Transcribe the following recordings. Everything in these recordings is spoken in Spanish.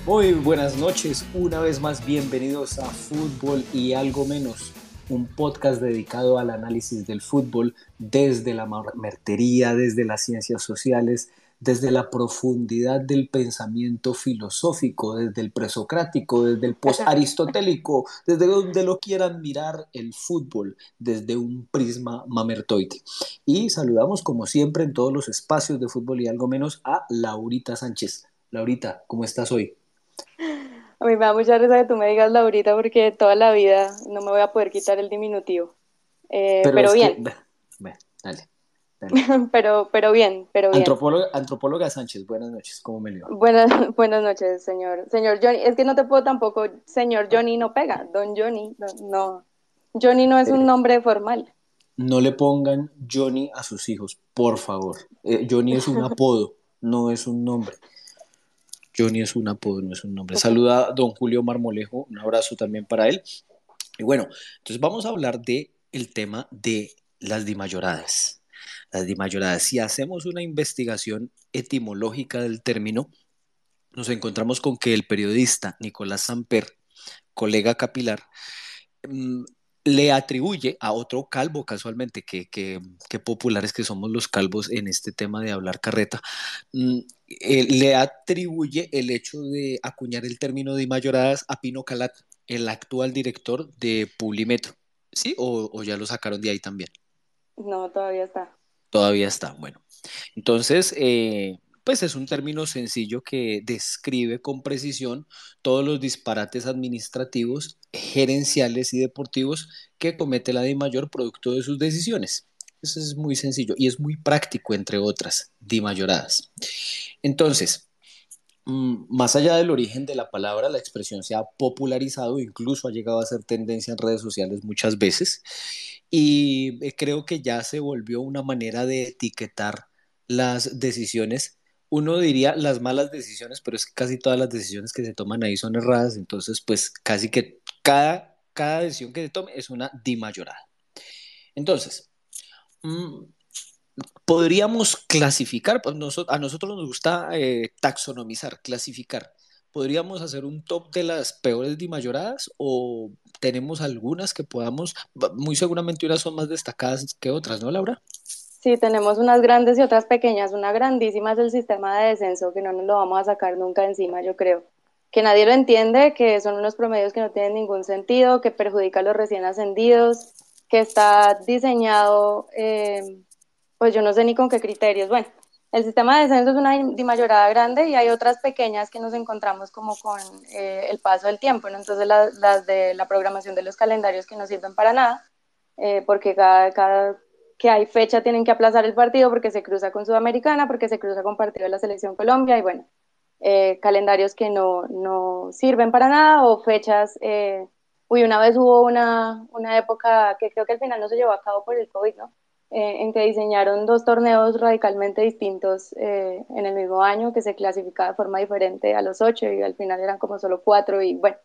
Muy buenas noches, una vez más bienvenidos a Fútbol y Algo Menos, un podcast dedicado al análisis del fútbol desde la martería, desde las ciencias sociales, desde la profundidad del pensamiento filosófico, desde el presocrático, desde el posaristotélico, desde donde lo quieran mirar el fútbol, desde un prisma mamertoide. Y saludamos como siempre en todos los espacios de Fútbol y Algo Menos a Laurita Sánchez. Laurita, ¿cómo estás hoy? A mí me da mucha risa que tú me digas Laurita porque toda la vida no me voy a poder quitar el diminutivo. Pero Pero es que, bien, dale, dale. pero bien. Antropóloga Sánchez, buenas noches, ¿cómo me le va? Buenas, buenas noches, señor Johnny. Es que no te puedo tampoco, señor Johnny no pega, don Johnny, no, no. Johnny no es un Eh, nombre formal. no le pongan Johnny a sus hijos, por favor. Johnny es un apodo, no es un nombre. Johnny es un apodo, no es un nombre. Saluda a don Julio Marmolejo, un abrazo también para él. Y bueno, entonces vamos a hablar de el tema de las dimayoradas. Las dimayoradas. Si hacemos una investigación etimológica del término, nos encontramos con que el periodista Nicolás Samper, colega capilar, mm, le atribuye a otro calvo, casualmente, que populares que somos los calvos en este tema de hablar carreta, mm, le atribuye el hecho de acuñar el término de mayoradas a Pino Calat, el actual director de Publimetro. ¿Sí? ¿O ya lo sacaron de ahí también? No, todavía está. Todavía está. Bueno, entonces, pues es un término sencillo que describe con precisión todos los disparates administrativos, gerenciales y deportivos que comete la DIMAYOR producto de sus decisiones. Eso es muy sencillo y es muy práctico, entre otras, DIMAYORadas. Entonces, más allá del origen de la palabra, la expresión se ha popularizado, incluso ha llegado a ser tendencia en redes sociales muchas veces, y creo que ya se volvió una manera de etiquetar las decisiones. Uno diría las malas decisiones, pero es que casi todas las decisiones que se toman ahí son erradas, entonces pues casi que cada decisión que se tome es una dimayorada. Entonces, mm, podríamos clasificar, pues a nosotros nos gusta taxonomizar, clasificar. ¿Podríamos hacer un top de las peores dimayoradas o tenemos algunas que podamos, muy seguramente unas son más destacadas que otras, ¿no, Laura? Sí, tenemos unas grandes y otras pequeñas. Una grandísima es el sistema de descenso, que no nos lo vamos a sacar nunca encima, yo creo. Que nadie lo entiende, que son unos promedios que no tienen ningún sentido, que perjudica a los recién ascendidos, que está diseñado, pues yo no sé ni con qué criterios. Bueno, el sistema de descenso es una dimayorada grande y hay otras pequeñas que nos encontramos como con el paso del tiempo, ¿no? Entonces las de la programación de los calendarios que no sirven para nada, porque cada que hay fecha tienen que aplazar el partido porque se cruza con Sudamericana, porque se cruza con partido de la Selección Colombia y bueno, calendarios que no sirven para nada o fechas. Una vez hubo una época que creo que al final no se llevó a cabo por el COVID, ¿no? En que diseñaron dos torneos radicalmente distintos en el mismo año, que se clasificaba de forma diferente a los ocho y al final eran como solo cuatro y bueno,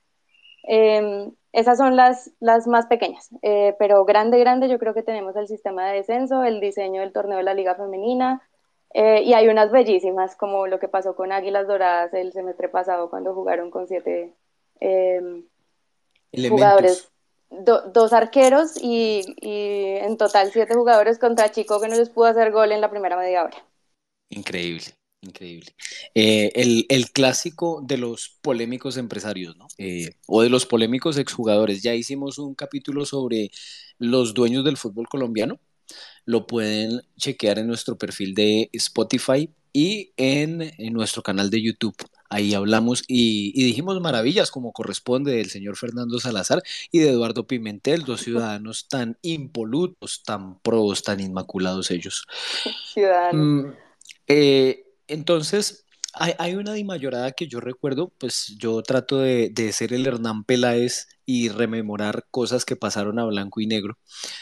esas son las más pequeñas, pero grande, grande, yo creo que tenemos el sistema de descenso, el diseño del torneo de la Liga Femenina, y hay unas bellísimas, como lo que pasó con Águilas Doradas el semestre pasado cuando jugaron con siete eh, jugadores, Elementos. dos arqueros y en total siete jugadores contra Chico que no les pudo hacer gol en la primera media hora. Increíble, increíble. El clásico de los polémicos empresarios, ¿no? O de los polémicos exjugadores. Ya hicimos un capítulo sobre los dueños del fútbol colombiano. Lo pueden chequear en nuestro perfil de Spotify y en nuestro canal de YouTube. Ahí hablamos y dijimos maravillas como corresponde del señor Fernando Salazar y de Eduardo Pimentel, dos ciudadanos tan impolutos, tan probos, tan inmaculados ellos. Ciudadanos. Mm, entonces, hay una dimayorada que yo recuerdo, pues yo trato de ser el Hernán Peláez y rememorar cosas que pasaron a blanco y negro.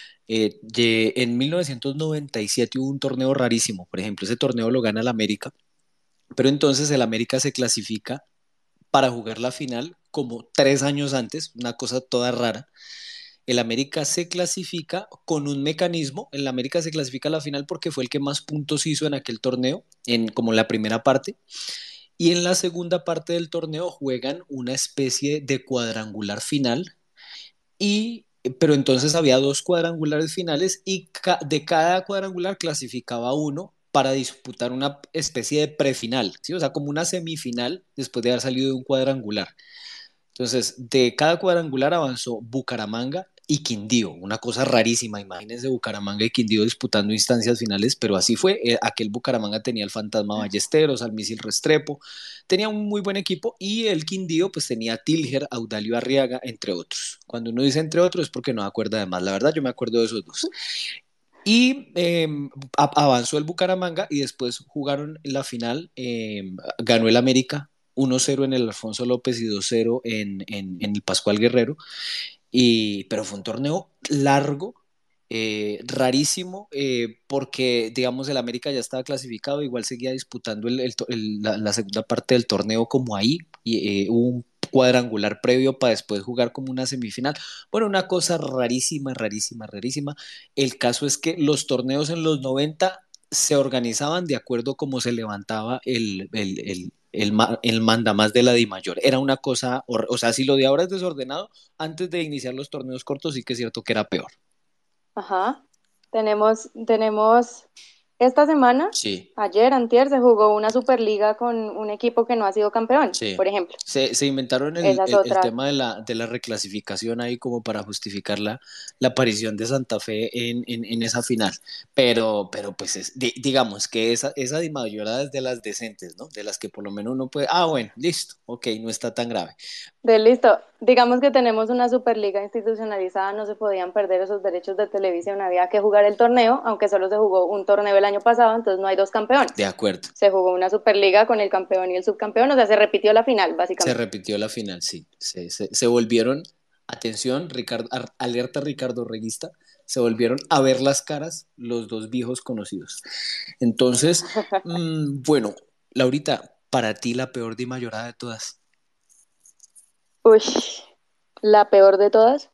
En 1997 hubo un torneo rarísimo, por ejemplo, ese torneo lo gana el América, pero entonces el América se clasifica para jugar la final como 3 años antes, una cosa toda rara. El América se clasifica con un mecanismo, el América se clasifica a la final porque fue el que más puntos hizo en aquel torneo, en como la primera parte, Y en la segunda parte del torneo juegan una especie de cuadrangular final y pero entonces había dos cuadrangulares finales y de cada cuadrangular clasificaba uno para disputar una especie de prefinal, ¿sí? O sea, como una semifinal después de haber salido de un cuadrangular. Entonces, de cada cuadrangular avanzó Bucaramanga y Quindío, una cosa rarísima. Imagínense Bucaramanga y Quindío disputando instancias finales, pero así fue. Aquel Bucaramanga tenía al Fantasma Ballesteros, al Misil Restrepo, tenía un muy buen equipo y el Quindío pues tenía a Tilger, Audalio Arriaga, entre otros. Cuando uno dice entre otros es porque no acuerda de más. La verdad, yo me acuerdo de esos dos. Y avanzó el Bucaramanga y después jugaron la final, ganó el América 1-0 en el Alfonso López y 2-0 en el Pascual Guerrero, pero fue un torneo largo, rarísimo, porque digamos el América ya estaba clasificado, igual seguía disputando la segunda parte del torneo como ahí, y hubo un cuadrangular previo para después jugar como una semifinal. Bueno, una cosa rarísima, rarísima, rarísima. El caso es que los torneos en los 90 se organizaban de acuerdo como se levantaba el mandamás de la DIMAYOR. Era una cosa, o sea, si lo de ahora es desordenado, antes de iniciar los torneos cortos sí que es cierto que era peor. Ajá. Tenemos esta semana, Sí, ayer, antier, se jugó una Superliga con un equipo que no ha sido campeón, sí. por ejemplo. Se inventaron Esa es el otra. tema de la reclasificación ahí como para justificar la aparición de Santa Fe en esa final. Pero pues digamos que esa Dimayorada es de las decentes, ¿no? De las que por lo menos uno puede, bueno, listo, ok, no está tan grave. De listo. Digamos que tenemos una Superliga institucionalizada, no se podían perder esos derechos de televisión, había que jugar el torneo, aunque solo se jugó un torneo el año pasado, entonces no hay dos De campeones. acuerdo. Se jugó una Superliga con el campeón y el subcampeón, o sea, se repitió la final, Se básicamente. repitió la final, sí. Se volvieron, atención, alerta Ricardo Reguista, se volvieron a ver las caras los dos viejos conocidos. Entonces, bueno, Laurita, para ti la peor Di Mayorada de todas. Uy, la peor de todas.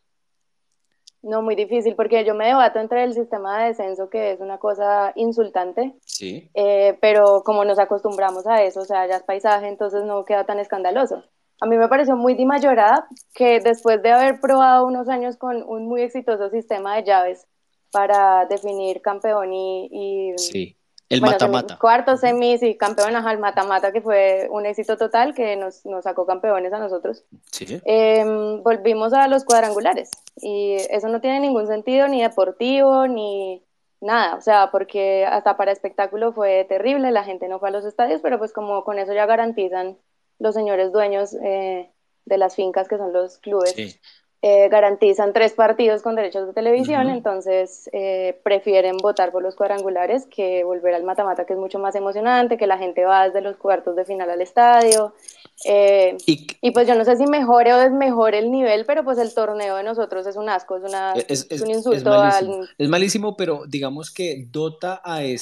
No, muy difícil, porque yo me debato entre el sistema de descenso, que es una cosa insultante, Sí, pero como nos acostumbramos a eso, o sea, ya es paisaje, entonces no queda tan escandaloso. A mí me pareció muy Di Mayorada que después de haber probado unos años con un muy exitoso sistema de llaves para definir campeón y sí. El bueno, mata-mata. cuartos, Ujú. semis y campeón, ajá, el mata-mata, que fue un éxito total que nos sacó campeones a nosotros. Sí. Volvimos a los cuadrangulares y eso no tiene ningún sentido ni deportivo ni nada, o sea, porque hasta para espectáculo fue terrible, la gente no fue a los estadios, pero pues como con eso ya garantizan los señores dueños de las fincas que son los clubes, Sí. garantizan 3 partidos con derechos de televisión, Ujú. entonces prefieren votar por los cuadrangulares que volver al mata-mata, que es mucho más emocionante, que la gente va desde los cuartos de final al estadio. eh, Y y pues yo no sé si mejore o desmejore el nivel, pero pues el torneo de nosotros es un asco, es un es insulto malísimo. al... Es malísimo, pero digamos que dota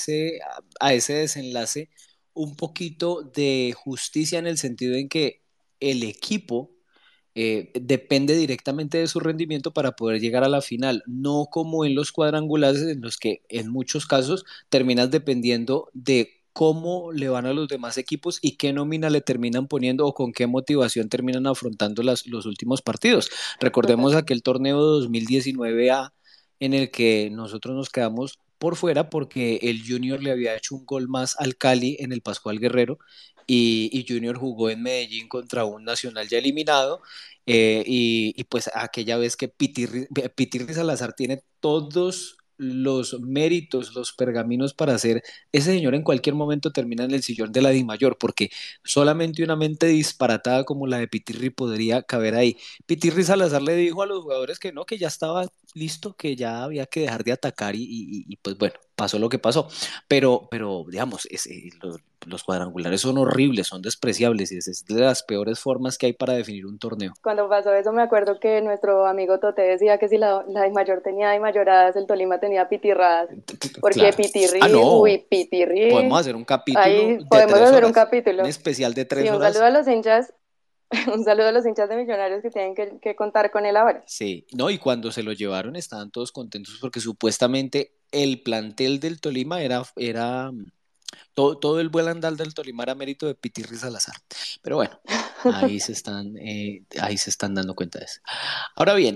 a ese desenlace un poquito de justicia en el sentido en que el equipo depende directamente de su rendimiento para poder llegar a la final, no como en los cuadrangulares en los que en muchos casos terminas dependiendo de cómo le van a los demás equipos y qué nómina le terminan poniendo o con qué motivación terminan afrontando los últimos partidos. Recordemos aquel torneo 2019A en el que nosotros nos quedamos por fuera porque el Junior le había hecho un gol más al Cali en el Pascual Guerrero y Junior jugó en Medellín contra un Nacional ya eliminado pues aquella vez que Pitirri Salazar tiene todos los méritos, los pergaminos para ser ese señor en cualquier momento termina en el sillón de la Dimayor, porque solamente una mente disparatada como la de Pitirri podría caber ahí. Pitirri Salazar le dijo a los jugadores que no, que ya estaba listo, que ya había que dejar de atacar pues bueno, pasó lo que pasó. Pero digamos, los cuadrangulares son horribles, son despreciables y es de las peores formas que hay para definir un torneo. Cuando pasó eso me acuerdo que nuestro amigo Tote decía que si la Di Mayor tenía Di Mayoradas, el Tolima tenía pitirradas, porque Claro. Ah, Pitirri, uy, no, podemos Pitirri, hacer un capítulo ahí de podemos tres hacer un horas, un capítulo. especial de Sí, tres un saludo horas. a los hinchas, un saludo a los hinchas de Millonarios que tienen que contar con él ahora. Sí, no, y cuando se lo llevaron estaban todos contentos porque supuestamente el plantel del Tolima Todo el buen andal del Tolima era mérito de Pitirri Salazar. Pero bueno, ahí se están dando cuenta de eso. Ahora bien,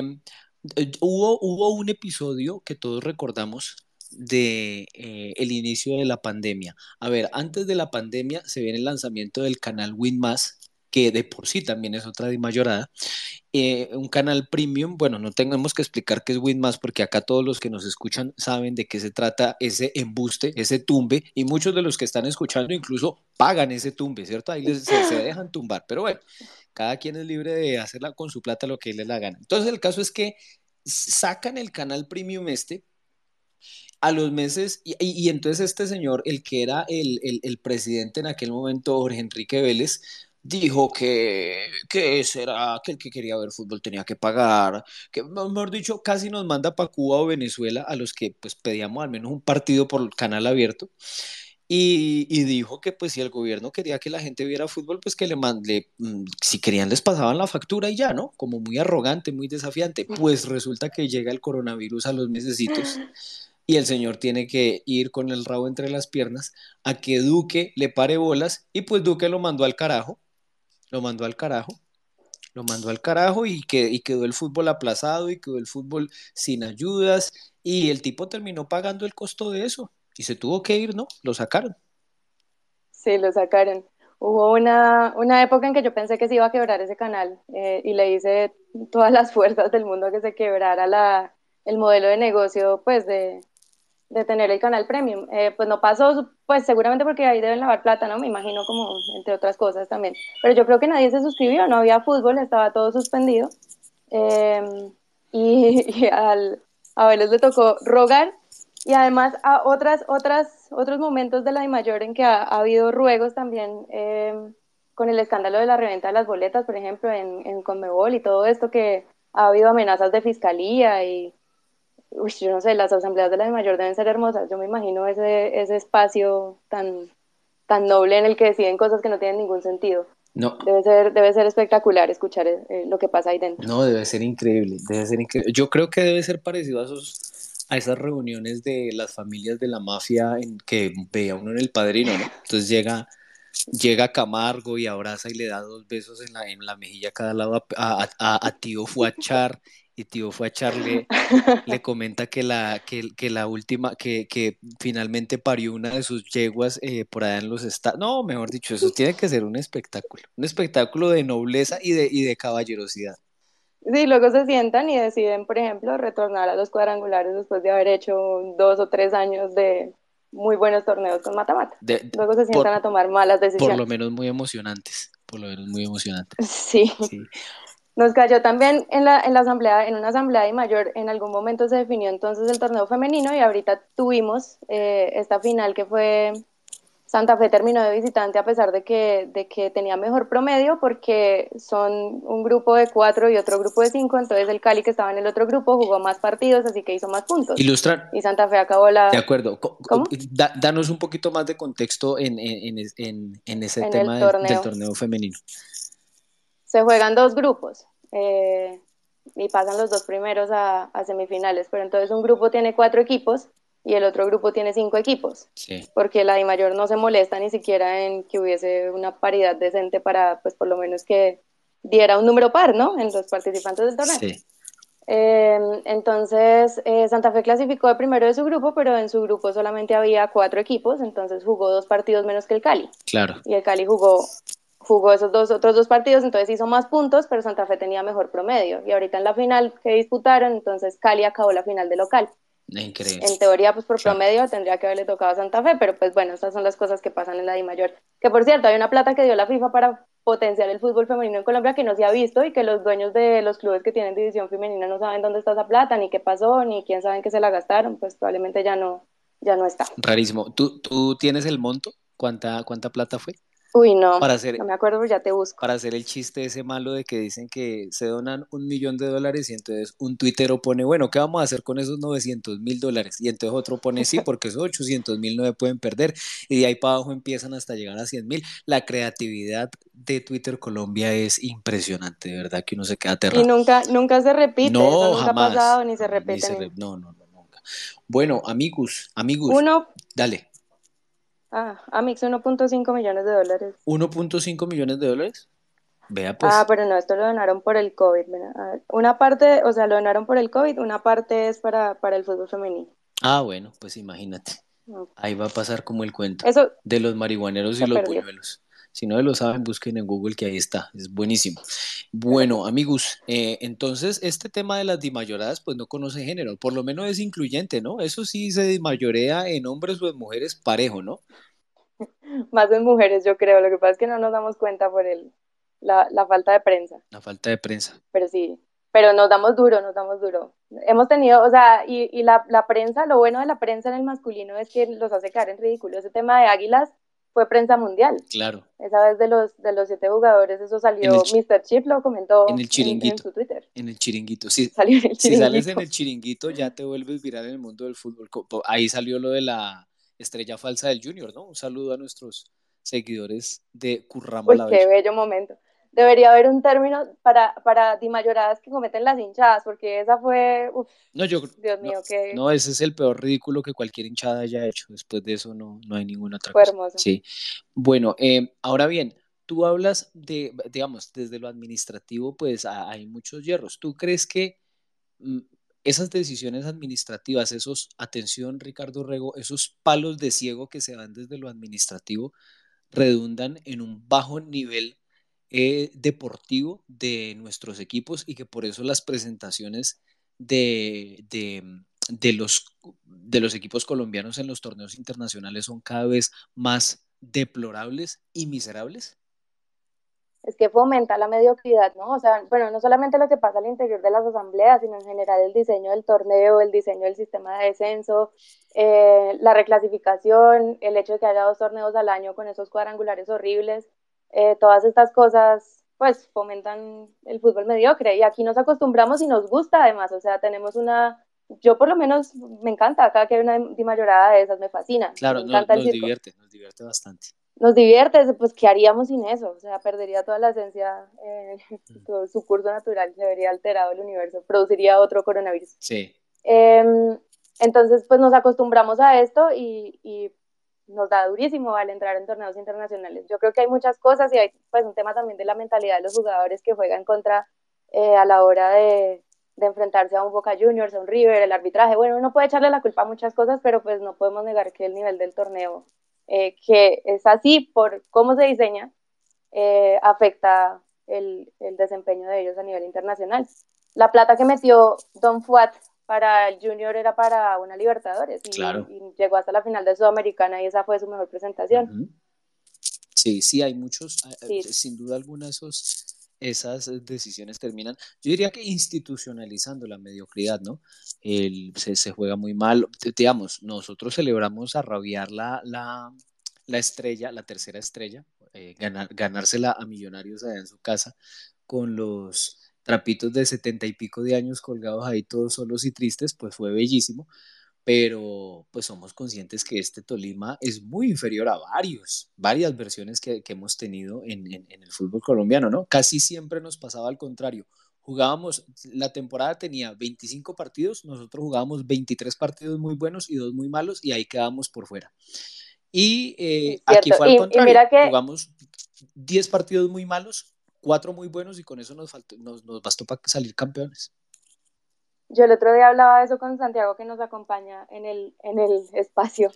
hubo un episodio que todos recordamos de el inicio de la pandemia. A ver, antes de la pandemia se viene el lanzamiento del canal Win Más, que de por sí también es otra de mayorada, un canal premium. Bueno, no tenemos que explicar qué es Winmas porque acá todos los que nos escuchan saben de qué se trata ese embuste, ese tumbe, y muchos de los que están escuchando incluso pagan ese tumbe, ¿cierto? Ahí se dejan tumbar, pero bueno, cada quien es libre de hacerla con su plata lo que le la gana. Entonces el caso es que sacan el canal premium este a los meses, y entonces este señor, el que era el presidente en aquel momento, Jorge Enrique Vélez, dijo que ese era, que el que quería ver fútbol tenía que pagar, que mejor dicho, casi nos manda para Cuba o Venezuela a los que pues pedíamos al menos un partido por el canal abierto. Y dijo que pues si el gobierno quería que la gente viera fútbol, pues que si querían les pasaban la factura y ya, ¿no? Como muy arrogante, muy desafiante. Pues resulta que llega el coronavirus a los mesecitos y el señor tiene que ir con el rabo entre las piernas a que Duque le pare bolas, y pues Duque lo mandó al carajo, lo mandó al carajo, lo mandó al carajo, y quedó el fútbol aplazado y quedó el fútbol sin ayudas, y el tipo terminó pagando el costo de eso y se tuvo que ir, ¿no? Lo sacaron. Sí, lo sacaron. Hubo una época en que yo pensé que se iba a quebrar ese canal y le hice todas las fuerzas del mundo a que se quebrara el modelo de negocio pues de tener el canal premium. Pues no pasó, pues seguramente porque ahí deben lavar plata, ¿no? Me imagino como entre otras cosas también. Pero yo creo que nadie se suscribió, no había fútbol, estaba todo suspendido. Eh, a Vélez le tocó rogar y además a otros momentos de la DIMAYOR en que ha habido ruegos también con el escándalo de la reventa de las boletas, por ejemplo, en Conmebol y todo esto que ha habido amenazas de fiscalía y uy, yo no sé, las asambleas de la DIMAYOR deben ser hermosas. Yo me imagino ese espacio tan noble en el que deciden cosas que no tienen ningún sentido. No, Debe ser espectacular escuchar lo que pasa ahí dentro. no, debe ser increíble, debe ser increíble. Yo creo que debe ser parecido a esas reuniones de las familias de la mafia en que veía uno en El Padrino, ¿no? Entonces llega Camargo y abraza y le da dos besos en la mejilla a cada lado a Tío Fuachar, y Tío Fuachar le comenta que la última, que finalmente parió una de sus yeguas por allá en los estados. No, mejor dicho, eso tiene que ser un espectáculo de nobleza y de caballerosidad. Sí, luego se sientan y deciden, por ejemplo, retornar a los cuadrangulares después de haber hecho 2 o 3 años de muy buenos torneos con mata-mata. De- Luego se por, sientan a tomar malas por lo decisiones. menos muy emocionantes, por lo menos muy emocionantes. Sí, Sí. nos cayó también en la asamblea, en una asamblea de mayor, en algún momento se definió entonces el torneo femenino y ahorita tuvimos esta final que fue Santa Fe terminó de visitante a pesar de que tenía mejor promedio porque son un grupo de 4 y otro grupo de 5, entonces el Cali que estaba en el otro gruro jugó más partidos, así que hizo más puntos. Ilustrar, Y Santa Fe acabó de la... acuerdo. ¿Cómo? Danos un poquito más de contexto en ese En el tema del torneo. torneo femenino. Se juegan dos grupos y pasan los dos primeros a semifinales, pero entonces un grupo tiene 4 equipos y el otro grupo tiene 5 equipos, Sí, porque la DIMAYOR no se molesta ni siquiera en que hubiese una paridad decente para, pues por lo menos que diera un número par, ¿no? En los participantes del torneo. sí, Entonces, Santa Fe clasificó de primero de su grupo, pero en su grupo solamente había 4 equipos, entonces jugó 2 partidos menos que el Cali. claro. Y el Cali jugó esos otros 2 partidos, entonces hizo más puntos, pero Santa Fe tenía mejor promedio. Y ahorita en la final que disputaron, entonces Cali acabó la final de local. Increíble. En teoría, pues por Claro. promedio tendría que haberle tocado a Santa Fe, pero pues bueno, estas son las cosas que pasan en la DIMAYOR. Que por cierto, hay una plata que dio la FIFA para potenciar el fútbol femenino en Colombia que no se ha visto y que los dueños de los clubes que tienen división femenina no saben dónde está esa plata, ni qué pasó, ni quién sabe en qué se la gastaron, pues probablemente ya no está. Rarísimo. ¿Tú tienes el monto? ¿Cuánta plata fue? Uy, no, Para no hacer, me acuerdo, pero ya te busco. para hacer el chiste ese malo de que dicen que se donan $1 millón y entonces un tuitero pone, bueno, ¿qué vamos a hacer con esos $900.000? Y entonces otro pone, sí, porque esos 800.000 no se pueden perder. Y de ahí para abajo empiezan hasta llegar a 100.000. La creatividad de Twitter Colombia es impresionante, de verdad que uno se queda Y aterrado. nunca se repite, eso No, nunca ha jamás. pasado, ni se No, repite. no, no, no, nunca. Bueno, amigos, Uno, dale. Amix, 1.5 millones de dólares. 1.5 millones de dólares. Vea Ah, pues. pero no, esto lo donaron por el COVID. Mira, a ver, una parte, o sea, lo donaron por el COVID, una parte es para el fútbol femenino. Ah, bueno, pues imagínate. No, Ahí va a pasar como el cuento eso de los marihuaneros y se los perdió. buñuelos. Si no lo saben, busquen en Google que ahí está, es buenísimo. Bueno, amigos, entonces este tema de las dimayoradas pues no conoce género, por lo menos es incluyente, ¿no? Eso sí se dimayorea en hombres o en mujeres parejo, ¿no? Más en mujeres, yo creo. Lo que pasa es que no nos damos cuenta por la falta de prensa. La falta de prensa. Pero sí, pero nos damos duro, nos damos duro. Hemos tenido, o sea, y la prensa, lo bueno de la prensa en el masculino es que los hace caer en ridículo. Ese tema de Águilas fue prensa mundial. Claro, Esa vez de los 7 jugadores, eso en el, salió, Mr. Chip lo en comentó el en chiringuito, su Twitter. en el chiringuito. Si, Salió en el si sales en chiringuito. el chiringuito ya te vuelves viral en el mundo del fútbol. Ahí salió lo de la estrella falsa del Junior, ¿no? Un saludo a nuestros seguidores de Curramba Uy, la qué Bella. bello momento. Debería haber un término para dimayoradas que cometen las hinchadas, porque esa fue, uf, No, Dios no, mío, que no, ese es el peor ridículo que cualquier hinchada haya hecho. Después de eso no hay ninguna otra fue cosa. hermoso. Sí. Bueno, ahora bien, tú hablas de, digamos, desde lo administrativo, pues hay muchos hierros. ¿Tú crees que mm, esas decisiones administrativas, atención Ricardo Rego, esos palos de ciego que se dan desde lo administrativo, redundan en un bajo nivel deportivo de nuestros equipos y que por eso las presentaciones de los equipos colombianos en los torneos internacionales son cada vez más deplorables y miserables? Es que fomenta la mediocridad, ¿no? O sea, bueno, no solamente lo que pasa al interior de las asambleas, sino en general el diseño del torneo, el diseño del sistema de descenso, la reclasificación, el hecho de que haya 2 torneos al año con esos cuadrangulares horribles, todas estas cosas, pues fomentan el fútbol mediocre. Y aquí nos acostumbramos y nos gusta además, o sea, tenemos yo por lo menos me encanta, cada que hay una dimayorada de esas me fascina, me Claro, encanta el circo. nos divierte bastante. Nos divierte, pues ¿qué haríamos sin eso? O sea, perdería toda la esencia, todo su curso natural, se vería alterado el universo, produciría otro coronavirus. Sí, Eh, entonces, pues nos acostumbramos a esto y nos da durísimo al entrar en torneos internacionales. Yo creo que hay muchas cosas y hay pues un tema también de la mentalidad de los jugadores que juegan contra a la hora de enfrentarse a un Boca Juniors, a un River, el arbitraje. Bueno, uno puede echarle la culpa a muchas cosas, pero pues no podemos negar que el nivel del torneo, que es así por cómo se diseña, afecta el desempeño de ellos a nivel internacional. La plata que metió Don Fuat para el Junior era para una Libertadores claro. y llegó hasta la final de Sudamericana y esa fue su mejor presentación. Ujú. Sí, sí, hay muchos, Sí, sin duda alguna esas decisiones terminan, yo diría que institucionalizando la mediocridad, ¿no? Se juega muy mal, digamos, nosotros celebramos a rabiar la estrella, la tercera estrella, ganársela a Millonarios allá en su casa con los trapitos de 70 y pico de años colgados ahí todos solos y tristes, pues fue bellísimo, pero pues somos conscientes que este Tolima es muy inferior a varias versiones que hemos tenido en el fútbol colombiano, ¿no? Casi siempre nos pasaba al contrario. Jugábamos, la temporada tenía 25 partidos, nosotros jugábamos 23 partidos muy buenos y dos muy malos y ahí quedábamos por fuera. Y es aquí cierto. fue al Y contrario, mira que jugamos 10 partidos muy malos, cuatro muy buenos y con eso nos bastó para salir campeones. yo el otro día hablaba de eso con Santiago que nos acompaña en el espacio.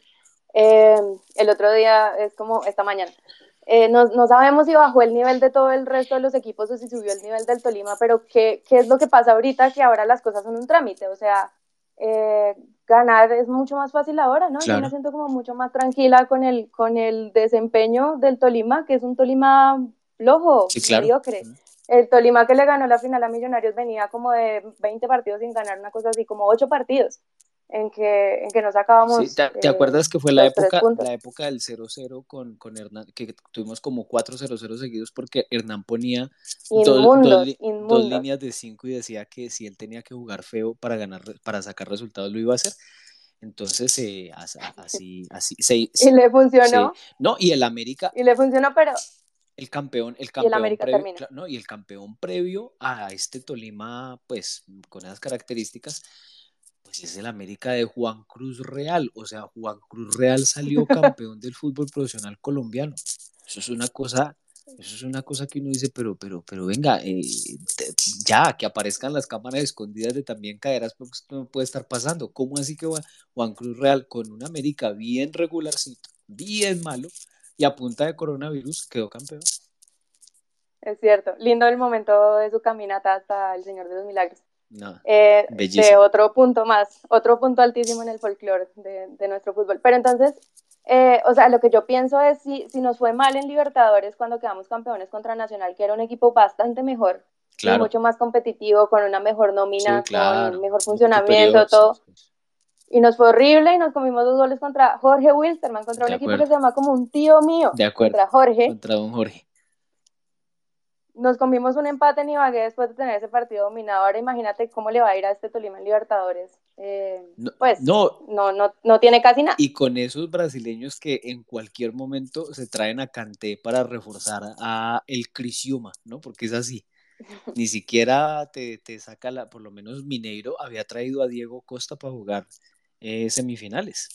El otro día es como esta mañana. No sabemos si bajó el nivel de todo el resto de los equipos o si subió el nivel del Tolima, pero ¿qué es lo que pasa ahorita? Que ahora las cosas son un trámite, o sea, eh, ganar es mucho más fácil ahora, ¿no? Yo me Claro, siento como mucho más tranquila con el desempeño del Tolima, que es un Tolima flojo, sí, claro. mediocre. El Tolima que le ganó la final a Millonarios venía como de 20 partidos sin ganar, una cosa así, como 8 partidos en que no Sí, sacábamos ¿te acuerdas que fue los 3 puntos. la época del 0-0 con Hernán, que tuvimos como 4-0-0 seguidos porque Hernán ponía Inmundos, dos inmundos. líneas de 5 y decía que si él tenía que jugar feo para ganar, para sacar resultados lo iba a hacer? Entonces, así, Y le funcionó, no, y el América, y le funcionó, pero. el Y el campeón América previo, terminó. no, y el campeón previo a este Tolima, pues, con esas características, Pues es el América de Juan Cruz Real, o sea, Juan Cruz Real salió campeón del fútbol profesional colombiano. Eso es una cosa, eso es una cosa que uno dice, pero venga, te- ya, que aparezcan las cámaras escondidas de también caerás, porque esto no puede estar pasando. ¿Cómo así que Juan Cruz Real con un América bien regularcito, bien malo, y a punta de coronavirus quedó campeón? Es cierto, lindo el momento de su caminata hasta el Señor de los Milagros. No, De bellísimo. otro punto más, otro punto altísimo en el folclore de nuestro fútbol. Pero entonces, o sea, lo que yo pienso es si nos fue mal en Libertadores cuando quedamos campeones contra Nacional, que era un equipo bastante mejor y Claro, mucho más competitivo, con una mejor sí, nómina, con claro, mejor superior, funcionamiento, sí, todo. sí, sí. Y nos fue horrible y nos comimos 2 goles contra Jorge Wilstermann, contra De un equipo que acuerdo, se llama como un tío mío, de acuerdo. contra Jorge. Contra don Jorge. Nos comimos un empate en Ibagué después de tener ese partido dominado. Ahora imagínate cómo le va a ir a este Tolima en Libertadores. No, Pues no, no tiene casi nada. y con esos brasileños que en cualquier momento se traen a Kanté para reforzar a el Criciúma, ¿no? Porque es así. Ni siquiera te saca por lo menos Mineiro había traído a Diego Costa para jugar semifinales.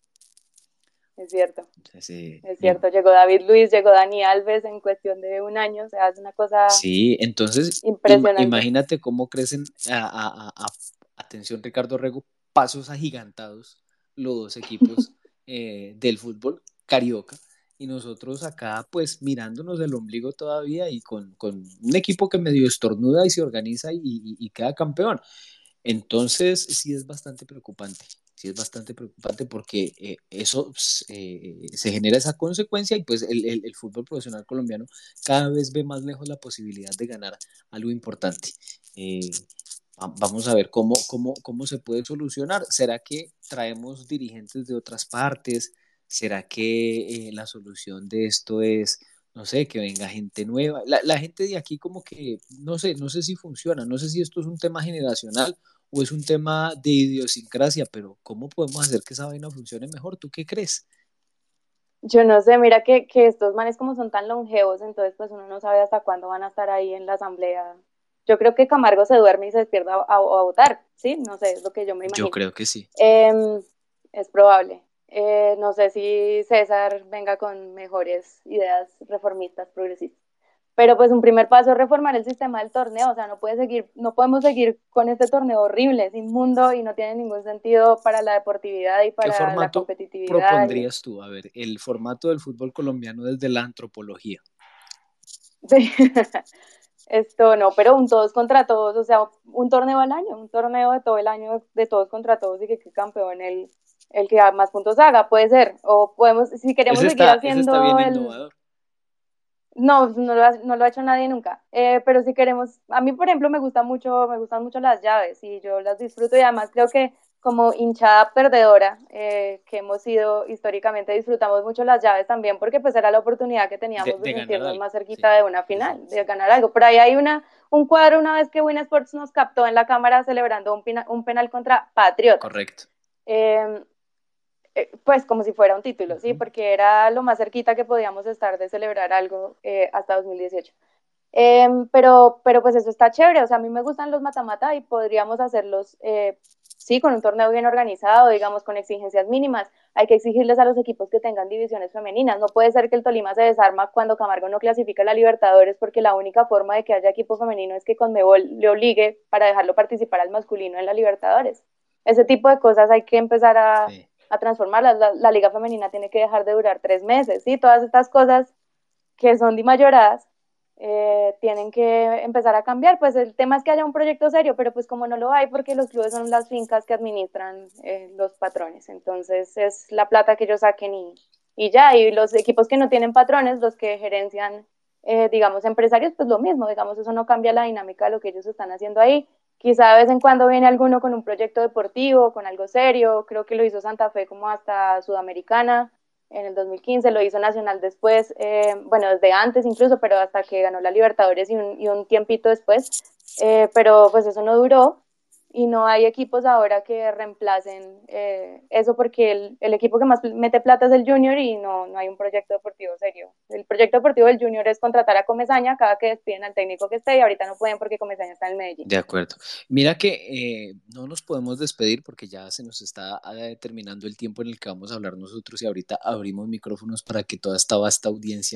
Es cierto, Entonces, es cierto. Llegó David Luis, llegó Dani Alves en cuestión de un año. O sea, es una cosa sí, entonces impresionante. imagínate cómo crecen, atención Ricardo Rego, pasos agigantados los dos equipos del fútbol carioca y nosotros acá pues mirándonos el ombligo todavía y con un equipo que medio estornuda y se organiza y queda campeón. Entonces, sí es bastante preocupante, sí es bastante preocupante porque eso se genera esa consecuencia y pues el fútbol profesional colombiano cada vez ve más lejos la posibilidad de ganar algo importante. Eh, Vamos a ver cómo se puede solucionar. ¿Será que traemos dirigentes de otras partes? ¿Será que la solución de esto es, no sé, que venga gente nueva? La gente de aquí como que, no sé si funciona, no sé si esto es un tema generacional o es un tema de idiosincrasia, pero ¿cómo podemos hacer que esa vaina funcione mejor? ¿Tú qué crees? Yo no sé, mira que estos manes como son tan longevos, entonces pues uno no sabe hasta cuándo van a estar ahí en la asamblea. Yo creo que Camargo se duerme y se despierta a votar, ¿sí? No sé, es lo que yo me Yo imagino. creo que sí. Eh, es probable. No sé si César venga con mejores ideas reformistas, progresistas. Pero pues un primer paso es reformar el sistema del torneo, o sea, no podemos seguir con este torneo horrible, es inmundo y no tiene ningún sentido para la deportividad y ¿Qué para la formato competitividad. propondrías tú? A ver, el formato del fútbol colombiano desde la antropología. Sí. Esto no, pero un todos contra todos, o sea, un torneo al año, un torneo de todo el año de todos contra todos y que campeón el que más puntos haga, puede ser. O podemos, si queremos seguir Ese está haciendo bien el. innovador. No, no lo ha hecho nadie nunca. Pero si queremos, a mí por ejemplo me gustan mucho las llaves y yo las disfruto y además creo que como hinchada perdedora que hemos sido históricamente disfrutamos mucho las llaves también porque pues era la oportunidad que teníamos de De ganar sentirnos algo. más Sí, cerquita de una sí, sí, final, de sí. ganar algo. Por ahí hay un cuadro una vez que Win Sports nos captó en la cámara celebrando un penal contra Patriotas. Correcto. Eh, pues como si fuera un título, ¿sí? Ujú. Porque era lo más cerquita que podíamos estar de celebrar algo hasta 2018. Pero pues eso está chévere, o sea, a mí me gustan los matamata y podríamos hacerlos, sí, con un torneo bien organizado, digamos, con exigencias mínimas. Hay que exigirles a los equipos que tengan divisiones femeninas. No puede ser que el Tolima se desarma cuando Camargo no clasifica a la Libertadores porque la única forma de que haya equipo femenino es que Conmebol le obligue para dejarlo participar al masculino en la Libertadores. Ese tipo de cosas hay que empezar Sí. a transformarlas. La liga femenina tiene que dejar de durar 3 meses, ¿sí? Todas estas cosas que son dimayoradas tienen que empezar a cambiar. Pues el tema es que haya un proyecto serio, pero pues como no lo hay, porque los clubes son las fincas que administran los patrones. Entonces es la plata que ellos saquen y ya. Y los equipos que no tienen patrones, los que gerencian, digamos, empresarios, pues lo mismo, digamos, eso no cambia la dinámica de lo que ellos están haciendo ahí. Quizá de vez en cuando viene alguno con un proyecto deportivo, con algo serio. Creo que lo hizo Santa Fe como hasta Sudamericana en el 2015, lo hizo Nacional después, bueno, desde antes incluso, pero hasta que ganó la Libertadores y un tiempito después, pero pues eso no duró. y no hay equipos ahora que reemplacen eso porque el equipo que más mete plata es el Junior y no hay un proyecto deportivo serio. El proyecto deportivo del Junior es contratar a Comesaña cada que despiden al técnico que esté y ahorita no pueden porque Comesaña está en el Medellín. De acuerdo. Mira que no nos podemos despedir porque ya se nos está terminando el tiempo en el que vamos a hablar nosotros y ahorita abrimos micrófonos para que toda esta vasta audiencia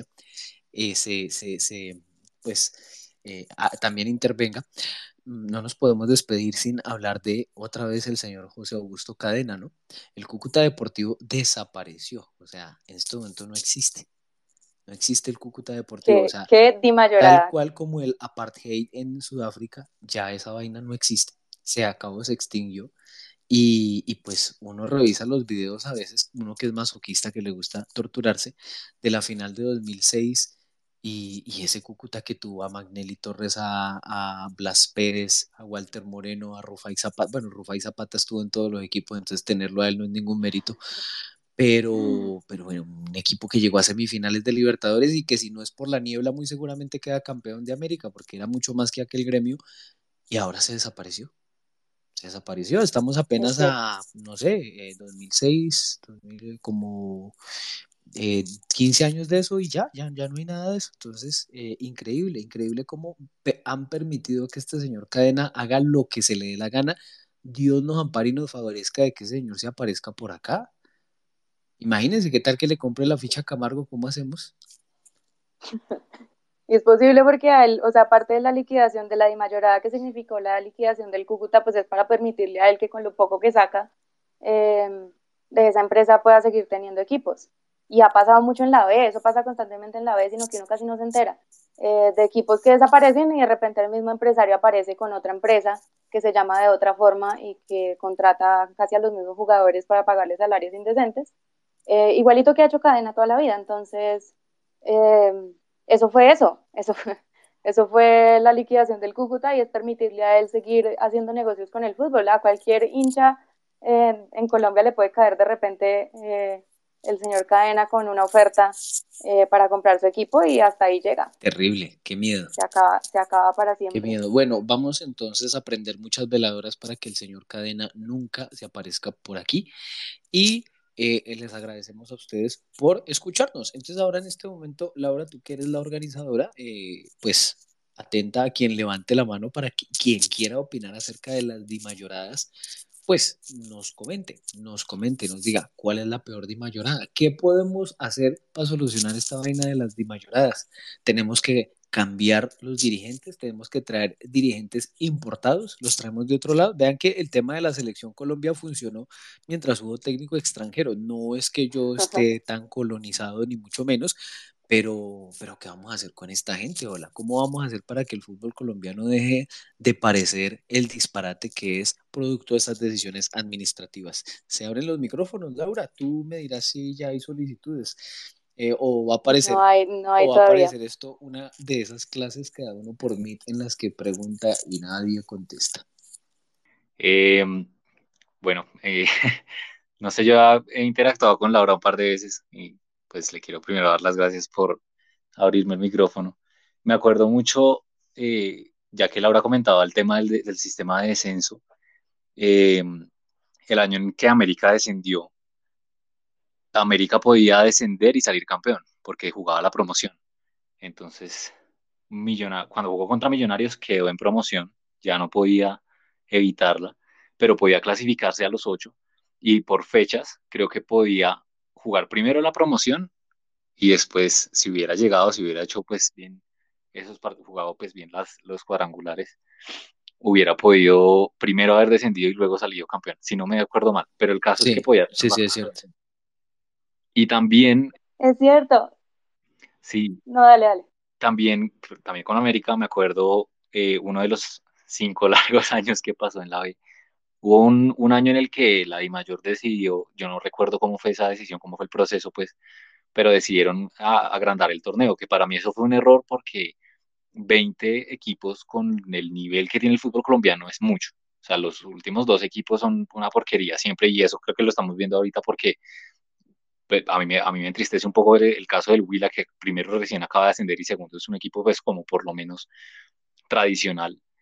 pues, también intervenga. No nos podemos despedir sin hablar de otra vez el señor José Augusto Cadena, ¿no? El Cúcuta Deportivo desapareció, o sea, en este momento no existe, no existe el Cúcuta Deportivo, o sea, Que Di tal Mayorada. cual como el apartheid en Sudáfrica, ya esa vaina no existe, se acabó, se extinguió. Y pues uno revisa los videos a veces, uno que es masoquista, que le gusta torturarse, de la final de 2006 y ese Cúcuta que tuvo a Magnelli Torres, a Blas Pérez, a Walter Moreno, a Rufai Zapata. Bueno, Rufai Zapata estuvo en todos los equipos, entonces tenerlo a él no es ningún mérito, pero bueno, un equipo que llegó a semifinales de Libertadores y que si no es por la niebla, muy seguramente queda campeón de América, porque era mucho más que aquel gremio y ahora se desapareció. Se desapareció, estamos Es apenas cierto. a, no sé, 2006, 2000, como 15 años de eso y ya no hay nada de eso. Entonces, increíble, increíble cómo han permitido que este señor Cadena haga lo que se le dé la gana. Dios nos ampare y nos favorezca de que ese señor se aparezca por acá. Imagínense qué tal que le compre la ficha a Camargo, ¿cómo hacemos? Y es posible porque a él, o sea, aparte de la liquidación de la Dimayorada que significó la liquidación del Cúcuta, pues es para permitirle a él que con lo poco que saca de esa empresa pueda seguir teniendo equipos. Y ha pasado mucho en la B, eso pasa constantemente en la B, sino que uno casi no se entera. De equipos que desaparecen y de repente el mismo empresario aparece con otra empresa que se llama de otra forma y que contrata casi a los mismos jugadores para pagarles salarios indecentes. Igualito que ha hecho Cadena toda la vida. Entonces, eh, eso fue la liquidación del Cúcuta y es permitirle a él seguir haciendo negocios con el fútbol. A cualquier hincha en Colombia le puede caer de repente el señor Cadena con una oferta para comprar su equipo y hasta ahí llega. Terrible, qué miedo. Se acaba para Qué siempre. miedo. Bueno, vamos entonces a prender muchas veladoras para que el señor Cadena nunca se aparezca por aquí y les agradecemos a ustedes por escucharnos. Entonces ahora en este momento, Laura, tú que eres la organizadora, pues atenta a quien levante la mano para que quien quiera opinar acerca de las dimayoradas, pues nos comente, nos diga cuál es la peor dimayorada, qué podemos hacer para solucionar esta vaina de las dimayoradas. Tenemos que cambiar los dirigentes, tenemos que traer dirigentes importados, los traemos de otro lado. Vean que el tema de la selección Colombia funcionó mientras hubo técnico extranjero. No es que yo esté tan colonizado, ni mucho menos, pero ¿qué vamos a hacer con esta gente? Hola, ¿cómo vamos a hacer para que el fútbol colombiano deje de parecer el disparate que es producto de estas decisiones administrativas? Se abren los micrófonos, Laura, tú me dirás si ya hay solicitudes. O va a aparecer No hay o va a todavía. aparecer esto, una de esas clases que da uno por Meet en las que pregunta y nadie contesta. Eh, bueno, no sé, yo he interactuado con Laura un par de veces y pues le quiero primero dar las gracias por abrirme el micrófono. Me acuerdo mucho, ya que Laura comentaba el tema del sistema de descenso, eh, el año en que América descendió, América podía descender y salir campeón porque jugaba la promoción. Entonces, cuando jugó contra Millonarios quedó en promoción, ya no podía evitarla, pero podía clasificarse a los ocho y por fechas creo que podía jugar primero la promoción y después, si hubiera llegado, si hubiera hecho pues bien esos partidos, jugado pues bien los cuadrangulares, hubiera podido primero haber descendido y luego salido campeón, si no me acuerdo mal, pero el caso es que Sí, podía sí, sí, tomar es la cierto. promoción. Y también, Es cierto. sí, No, dale, dale. también con América me acuerdo uno de los 5 largos años que pasó en la B. Hubo un año en el que la DIMAYOR decidió, yo no recuerdo cómo fue esa decisión, cómo fue el proceso, pues, pero decidieron agrandar el torneo, que para mí eso fue un error porque 20 equipos con el nivel que tiene el fútbol colombiano es mucho. O sea, los últimos dos equipos son una porquería siempre y eso creo que lo estamos viendo ahorita porque pues, a mí me entristece un poco el caso del Huila, que primero recién acaba de ascender y segundo es un equipo pues como por lo menos tradicional.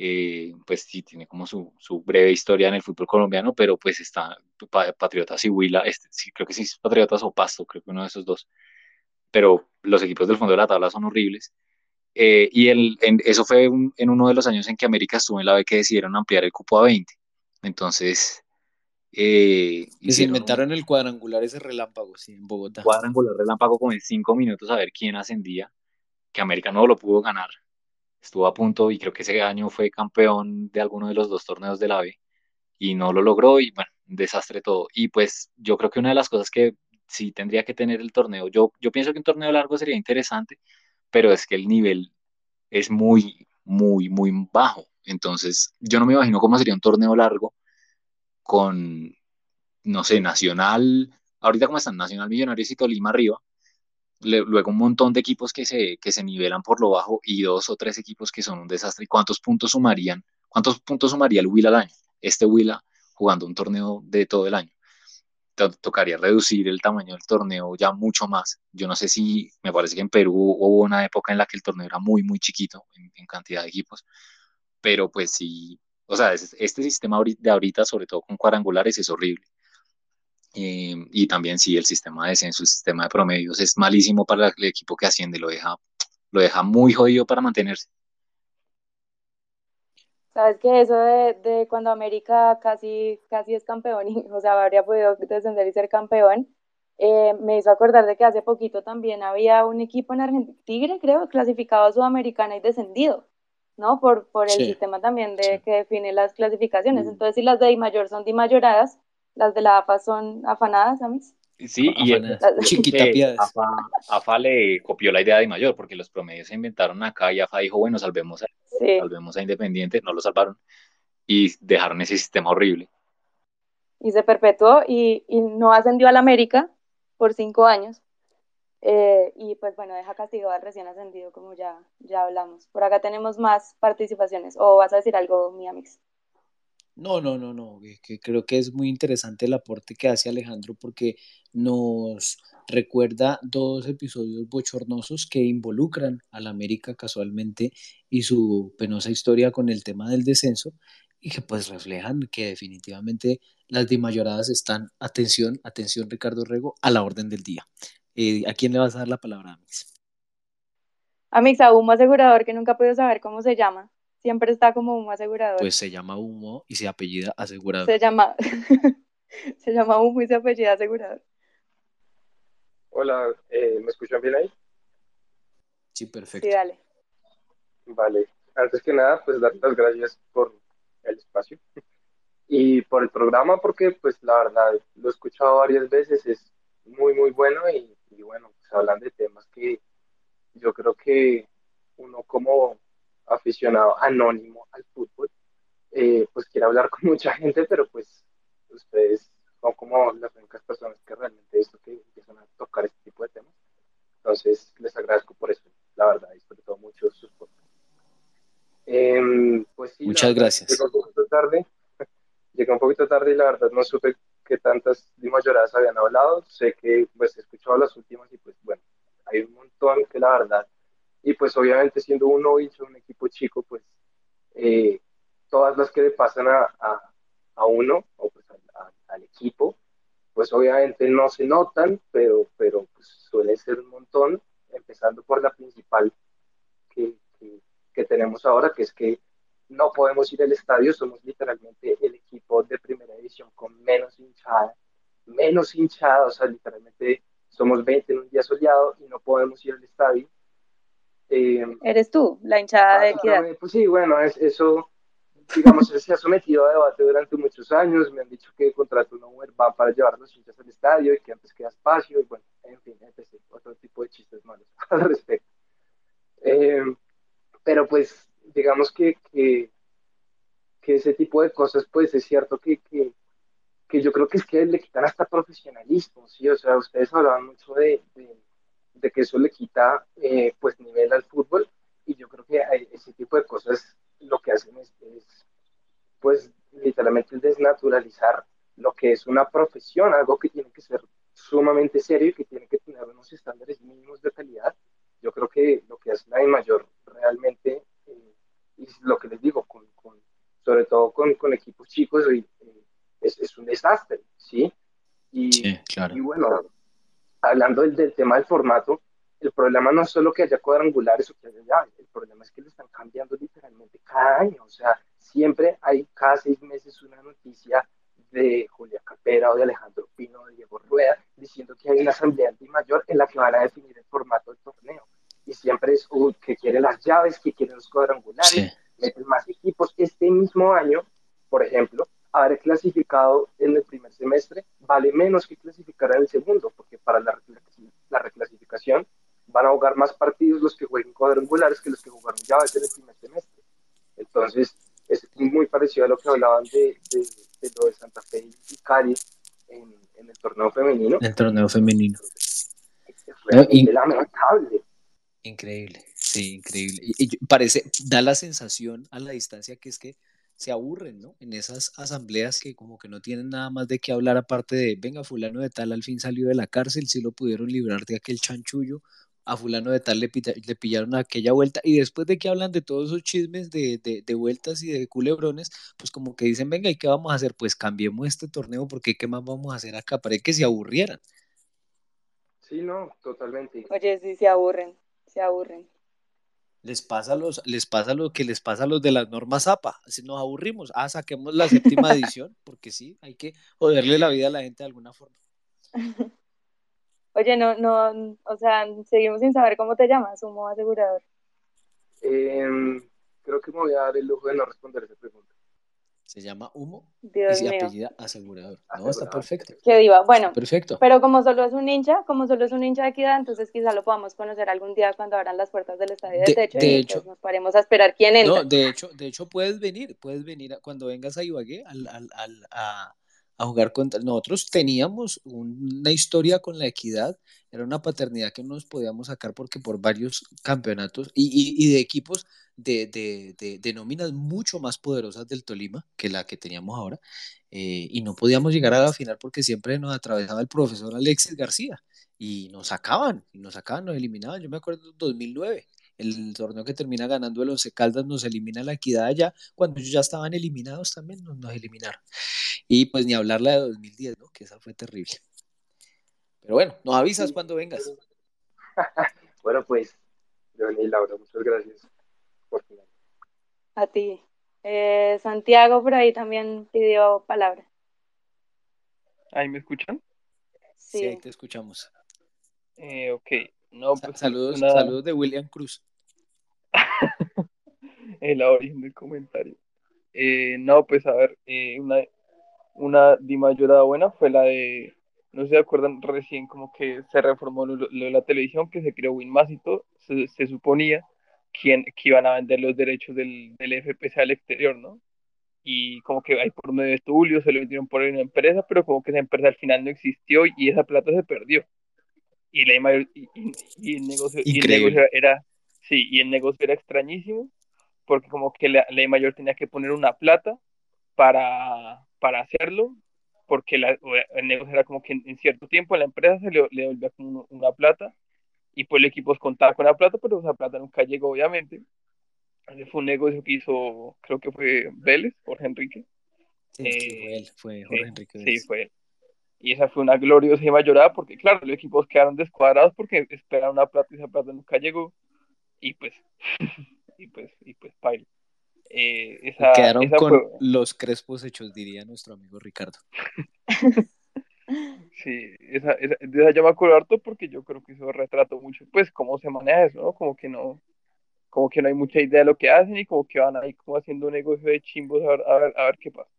pues sí, tiene como su breve historia en el fútbol colombiano, pero pues está Patriotas y Huila, sí, creo que sí es Patriotas o Pasto, creo que uno de esos dos, pero los equipos del fondo de la tabla son horribles. Eso fue en uno de los años en que América estuvo en la B que decidieron ampliar el cupo a 20. Entonces, Que se hicieron un inventaron el cuadrangular ese relámpago, sí, en Bogotá. cuadrangular relámpago como en 5 minutos a ver quién ascendía, que América no lo pudo ganar. Estuvo a punto y creo que ese año fue campeón de alguno de los dos torneos de la B y no lo logró y bueno, un desastre todo. Y pues yo creo que una de las cosas que sí tendría que tener el torneo, yo pienso que un torneo largo sería interesante, pero es que el nivel es muy, muy, muy bajo. Entonces, yo no me imagino cómo sería un torneo largo con, no sé, Nacional, ahorita como están Nacional, Millonarios y Tolima arriba, luego un montón de equipos que se nivelan por lo bajo y dos o tres equipos que son un desastre. ¿Y cuántos puntos sumarían? ¿Cuántos puntos sumaría el Huila al año? Este Huila jugando un torneo de todo el año. Tocaría reducir el tamaño del torneo ya mucho más. Yo no sé si, me parece que en Perú hubo una época en la que el torneo era muy, muy chiquito en cantidad de equipos, pero pues sí, o sea, este sistema de ahorita, sobre todo con cuadrangulares, es horrible. Y también sí, el sistema de descenso, el sistema de promedios es malísimo para el equipo que asciende, lo deja muy jodido para mantenerse. Sabes que eso de cuando América casi es campeón, y, o sea, habría podido descender y ser campeón, me hizo acordar de que hace poquito también había un equipo en Argentina, Tigre creo, clasificado a Sudamericana y descendido, ¿no? Por el Sí, sistema también sí. de que define las clasificaciones. Mm. Entonces, si las de I mayor son dimayoradas, las de la AFA son afanadas, ¿amis? Sí, Afanas. yo creo Chiquita que piadas. AFA le copió la idea de Mayor, porque los promedios se inventaron acá y AFA dijo, bueno, Sí, salvemos a Independiente, no lo salvaron y dejaron ese sistema horrible. y se perpetuó y no ascendió al América por 5 años. Y pues bueno, deja castigado al recién ascendido, como ya hablamos. Por acá tenemos más participaciones. ¿O vas a decir algo, mi Amix? No, no, no, no, que creo que es muy interesante el aporte que hace Alejandro porque nos recuerda dos episodios bochornosos que involucran al América casualmente y su penosa historia con el tema del descenso y que pues reflejan que definitivamente las dimayoradas están, atención, atención Ricardo Rego, a la orden del día. ¿A quién le vas a dar la palabra, Amix? Amix, a humo asegurador que nunca puedo saber cómo se llama. Siempre está como humo asegurador. Pues se llama Humo y se apellida Asegurador. Se llama, se llama humo y se apellida asegurador. Hola, ¿me escuchan bien ahí? Sí, Sí, perfecto. dale. Vale. Antes que nada, pues dar las gracias por el espacio y por el programa, porque pues la verdad lo he escuchado varias veces, es muy, muy bueno y bueno, pues hablan de temas que yo creo que uno como aficionado anónimo al fútbol, pues quiere hablar con mucha gente, pero pues ustedes son como las únicas personas que realmente esto que empiezan a tocar este tipo de temas. Entonces, les agradezco por eso, la verdad, disfruto mucho sus podcasts. Pues sí, la Muchas verdad, llegó gracias. un poquito tarde, llegué un poquito tarde y la verdad no supe qué tantas Dimayoradas habían hablado. Sé que pues he escuchado las últimas y pues bueno, hay un montón que la verdad. Y pues obviamente siendo un novicio, un equipo chico, pues eh, todas las que le pasan a uno o pues al equipo, pues obviamente no se notan, pero pues suele ser un montón, empezando por la principal que tenemos ahora, que es que no podemos ir al estadio, somos literalmente el equipo de primera división con menos hinchada, o sea, literalmente somos 20 en un día soleado y no podemos ir al estadio. Eh, Eres tú, la hinchada de Equidad. Básicamente, pues sí, bueno, eso, digamos, se ha sometido a debate durante muchos años, me han dicho que contrato un Uber va para llevar a los hinchas al estadio y que antes queda espacio, y bueno, en fin, otro tipo de chistes malos al respecto. Eh, pero pues, digamos que ese tipo de cosas, pues es cierto que yo creo que es que le quitan hasta profesionalismo, ¿sí? O sea, ustedes hablaban mucho de que eso le quita, pues, nivel al fútbol, y yo creo que ese tipo de cosas lo que hacen pues, literalmente desnaturalizar lo que es una profesión, algo que tiene que ser sumamente serio y que tiene que tener unos estándares mínimos de calidad. Yo creo que lo que hace la de mayor realmente y lo que les digo, sobre todo con equipos chicos, es un desastre, ¿sí? Y, Sí, claro. y bueno, hablando del tema del formato, el problema no es solo que haya cuadrangulares o que haya llaves, el problema es que lo están cambiando literalmente cada año, o sea, siempre hay cada 6 meses una noticia de Julia Capera o de Alejandro Pino o de Diego Rueda diciendo que hay una asamblea antimayor en la que van a definir el formato del torneo. Y siempre es que quieren las llaves, que quieren los cuadrangulares, Sí, meten más equipos. Este mismo año, por ejemplo, haber clasificado en el primer semestre vale menos que clasificar en el segundo, porque para la reclasificación van a jugar más partidos los que jueguen cuadrangulares que los que jugaron llaves en el primer semestre. Entonces, es muy parecido a lo que hablaban de lo de Santa Fe y Cali en el torneo femenino. el torneo femenino. Es No, realmente lamentable. increíble, sí, increíble. Parece, da la sensación a la distancia que es que se aburren, ¿no? En esas asambleas que como que no tienen nada más de qué hablar aparte de, venga, fulano de tal al fin salió de la cárcel, sí lo pudieron librar de aquel chanchullo, a fulano de tal le pillaron aquella vuelta, y después de que hablan de todos esos chismes de vueltas y de culebrones, pues como que dicen, venga, ¿y qué vamos a hacer? Pues cambiemos este torneo porque ¿qué más vamos a hacer acá? Parece que se aburrieran. Sí, no, totalmente. Oye, sí, se aburren, se aburren. Les pasa lo que les pasa a los de las normas APA. Si nos aburrimos, saquemos la séptima edición, porque sí, hay que joderle la vida a la gente de alguna forma. Oye, no, no, o sea, seguimos sin saber cómo te llamas, Humo Asegurador. Creo que me voy a dar el lujo de no responder esa pregunta. Se llama Humo y Dios se mío, apellida Asegurador. No, está Asegurador. perfecto. qué diva. Está Bueno, perfecto. pero como solo es un hincha de Equidad, entonces quizá lo podamos conocer algún día cuando abran las puertas del estadio de techo De y pues hecho, nos paremos a esperar quién no, entra. de hecho puedes venir cuando vengas a Ibagué a jugar contra. Nosotros teníamos una historia con la Equidad, era una paternidad que no nos podíamos sacar porque por varios campeonatos y de equipos de nóminas mucho más poderosas del Tolima que la que teníamos ahora, y no podíamos llegar a la final porque siempre nos atravesaba el profesor Alexis García y nos sacaban, nos eliminaban. Yo me acuerdo en 2009 el torneo que termina ganando el Once Caldas nos elimina la Equidad allá, cuando ellos ya estaban eliminados también nos eliminaron. Y pues ni hablar la de 2010, ¿no? Que esa fue terrible. Pero bueno, nos avisas Sí. cuando vengas. Bueno, pues, León y Laura, muchas gracias por final. A ti. Santiago por ahí también pidió palabra. ¿Ahí me escuchan? Sí, ahí Sí. te escuchamos. Ok, no, pues Saludos, una, saludos de William Cruz. el origen del comentario. No, pues a ver, una Di Mayorada buena fue la de, no se acuerdan, recién como que se reformó lo de la televisión, que se creó Winmas y todo, se suponía que iban a vender los derechos del FPC al exterior, ¿no? Y como que ahí por medio de Tulio se lo vendieron por una empresa, pero como que esa empresa al final no existió y esa plata se perdió. Y y el negocio Increíble. era, sí, y el negocio era extrañísimo, porque como que la mayor tenía que poner una plata para hacerlo, porque el negocio era como que en cierto tiempo la empresa le devolvía como una plata, y pues el equipo contaba con la plata, pero esa plata nunca llegó, obviamente. Ese fue un negocio que hizo, creo que fue Vélez, Jorge Enrique. Sí, sí, fue Eh, él, fue Jorge sí, Enrique sí, Vélez. fue él. Y esa fue una gloriosa mayorada porque, claro, los equipos quedaron descuadrados porque esperaron una plata y esa plata nunca llegó. Y pues, y pues, paila. Quedaron Esa fue, con los crespos hechos, diría nuestro amigo Ricardo. sí, de esa yo me acuerdo harto porque yo creo que eso retrató mucho, pues, cómo se maneja eso, ¿no? Como que no hay mucha idea de lo que hacen y como que van ahí como haciendo un negocio de chimbos a ver qué pasa.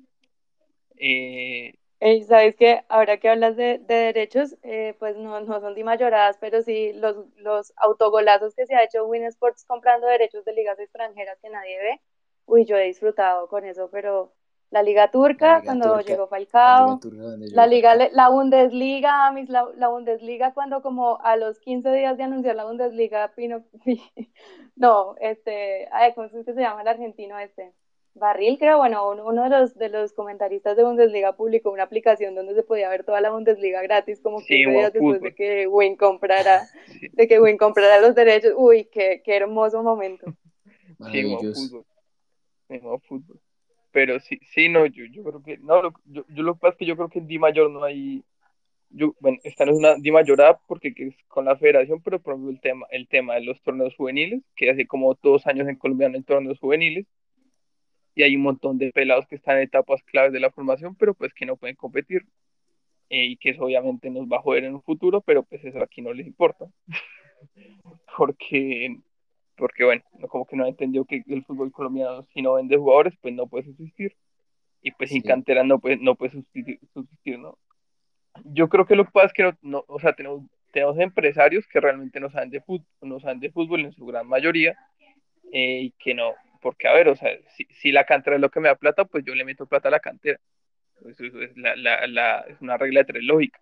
Eh, Ey, ¿sabes qué? Ahora que hablas de derechos, pues no, no son dimayoradas, pero sí los autogolazos que se ha hecho Win Sports comprando derechos de ligas extranjeras que nadie ve. Uy, yo he disfrutado con eso, pero la Liga La Turca, Liga cuando Turca, llegó la Liga Falcao, Turca donde la llegó Liga, Falcao. la Bundesliga, la Bundesliga, cuando como a los 15 días de anunciar la Bundesliga, Pino, no, ay, ¿cómo es que se llama el argentino este? Barril, creo, bueno, uno de los comentaristas de Bundesliga publicó una aplicación donde se podía ver toda la Bundesliga gratis como sí, 15 días después fútbol. de que Win comprara los derechos. Uy, qué hermoso momento. Sí, en modo Maravilloso. fútbol, en modo fútbol. Pero sí, sí, no, yo creo que, no, yo lo que pasa es que yo creo que en Di Mayor no hay, bueno, esta no es una Di Mayor app porque que es con la federación, pero por ejemplo el tema de los torneos juveniles, que hace como 2 años en Colombia no hay torneos juveniles, y hay un montón de pelados que están en etapas claves de la formación, pero pues que no pueden competir, y que eso obviamente nos va a joder en un futuro, pero pues eso aquí no les importa, porque, porque bueno, como que no ha entendido que el fútbol colombiano si no vende jugadores, pues no puede subsistir, y pues sin Sí, cantera no puede subsistir, ¿no? Yo creo que lo que pasa es que o sea, tenemos empresarios que realmente no saben de fútbol en su gran mayoría, y que no, porque a ver, o sea, si la cantera es lo que me da plata, pues yo le meto plata a la cantera. Eso es, es una regla de tres lógica.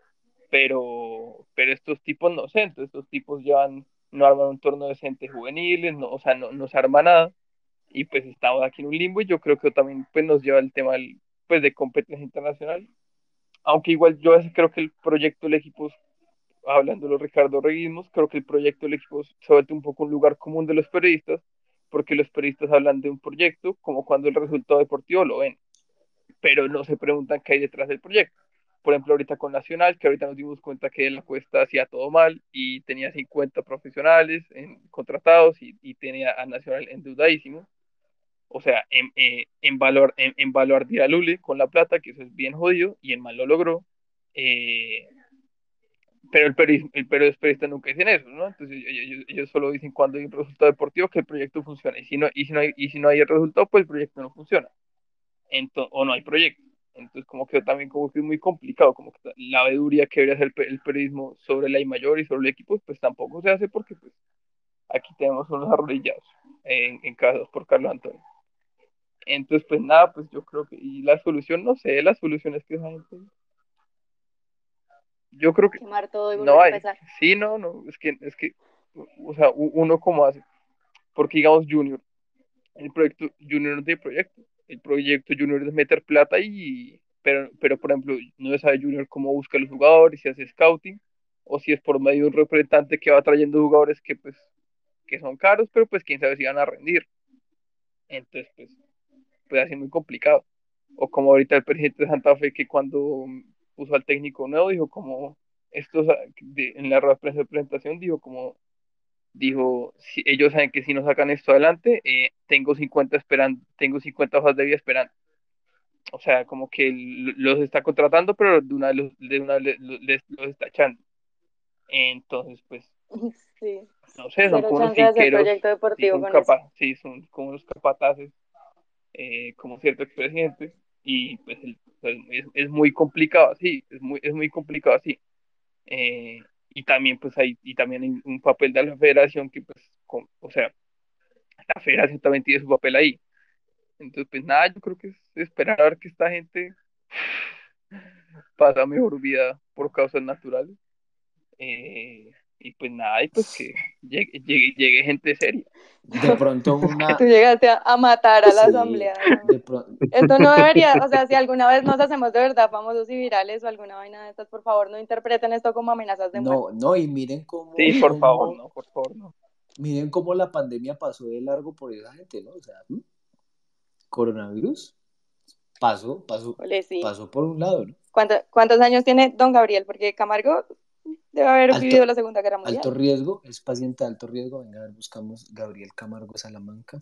Pero estos tipos no sé, entonces estos tipos no arman un torneo decente juveniles, no, o sea, no se arma nada, y pues estamos aquí en un limbo, y yo creo que también pues nos lleva el tema pues de competencia internacional, aunque igual yo a veces creo que el proyecto del equipo, hablando de los Ricardo Reguismos, creo que el proyecto del equipo se vuelve un poco un lugar común de los periodistas, porque los periodistas hablan de un proyecto como cuando el resultado deportivo lo ven, pero no se preguntan qué hay detrás del proyecto. Por ejemplo, ahorita con Nacional, que ahorita nos dimos cuenta que la encuesta hacía todo mal y tenía 50 profesionales contratados, y tenía a Nacional endeudadísimo. O sea, en a Lule con la plata, que eso es bien jodido, y el mal lo logró. Eh, pero los periodistas nunca dicen eso, ¿no? Entonces ellos solo dicen cuando hay un resultado deportivo que el proyecto funciona. Y si no hay el resultado, pues el proyecto no funciona. O no hay proyecto. Entonces como que también como que es muy complicado, como que la veeduría que debería hacer el periodismo sobre la I mayor y sobre el equipo, pues tampoco se hace porque pues aquí tenemos unos arrodillados encabezados por Carlos Antonio. Entonces pues nada, pues yo creo que, y la solución, no sé, la solución es que esa gente, yo creo que Quemar todo y no volver a hay. empezar. Sí, no, es que, o sea, uno como hace, porque digamos Junior, el proyecto Junior no tiene proyecto. El proyecto Junior es meter plata pero por ejemplo, no se sabe Junior cómo busca los jugadores, si hace scouting, o si es por medio de un representante que va trayendo jugadores que son caros, pero pues quién sabe si van a rendir. Entonces, pues así muy complicado. O como ahorita el presidente de Santa Fe, que cuando puso al técnico nuevo, dijo como, en la rueda de prensa de presentación, dijo, si ellos saben que si no sacan esto adelante, tengo 50 hojas de vida esperando. O sea, como que los está contratando, pero los está echando. Entonces, pues, Sí, no sé, son cero como unos chance de hacer finqueros, proyecto sí, deportivo con eso. sí, son como unos capataces, como cierto expresidente, y pues es muy complicado así, es muy complicado así. Eh, y también hay un papel de la federación que, pues, o sea, la federación también tiene su papel ahí. Entonces, pues nada, yo creo que es esperar a ver que esta gente pasa mejor vida por causas naturales. Y pues nada, y pues que llegue gente seria. de pronto Que tú una, llegaste a matar a la sí, asamblea, ¿no? de pronto, Esto no debería, o sea, si alguna vez nos hacemos de verdad famosos y virales o alguna vaina de estas, por favor, no interpreten esto como amenazas de muerte. no, no, y Sí, por favor, no. miren cómo la pandemia pasó de largo por esa gente, ¿no? O sea, coronavirus pasó, Ole, sí. pasó por un lado, ¿no? ¿Cuántos años tiene don Gabriel? Porque Camargo debe haber vivido Alto, la Segunda Guerra alto Mundial. riesgo, es paciente de alto riesgo. Venga, a ver, buscamos Gabriel Camargo Salamanca.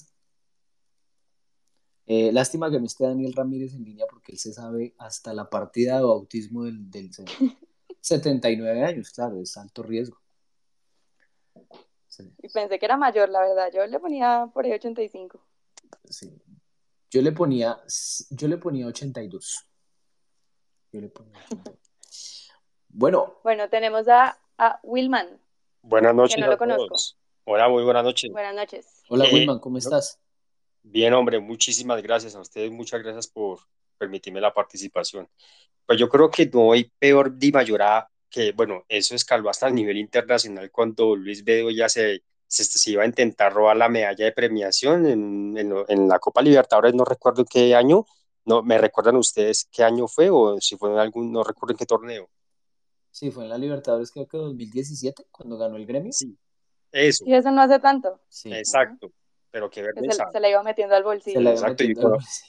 Lástima que no esté Daniel Ramírez en línea porque él se sabe hasta la partida de bautismo del señor. 79 años, claro, es alto riesgo. Sí, Y pensé que era mayor, la verdad. Yo le ponía por ahí 85. sí. Yo le ponía 82. Yo le ponía 82. Bueno, Bueno, tenemos a Wilman, Buenas que noches no a lo conozco. todos. Hola, muy buenas noches. Buenas noches. hola Eh, Wilman, ¿cómo no- estás? Bien, hombre, muchísimas gracias a ustedes. Muchas gracias por permitirme la participación. Pues yo creo que no hay peor Di Mayorá que, bueno, eso escaló hasta el nivel internacional cuando Luis Bedoya se iba a intentar robar la medalla de premiación en la Copa Libertadores, no recuerdo qué año. No, ¿me recuerdan ustedes qué año fue o si fue en algún, no recuerdo en qué torneo? Sí, fue en la Libertadores creo que 2017 cuando ganó el Gremio. Sí, eso. Y eso no hace tanto. Sí, Ah, Exacto. pero qué que vergüenza. se la iba metiendo al Se la bolsillo. iba Exacto, metiendo al bolsillo.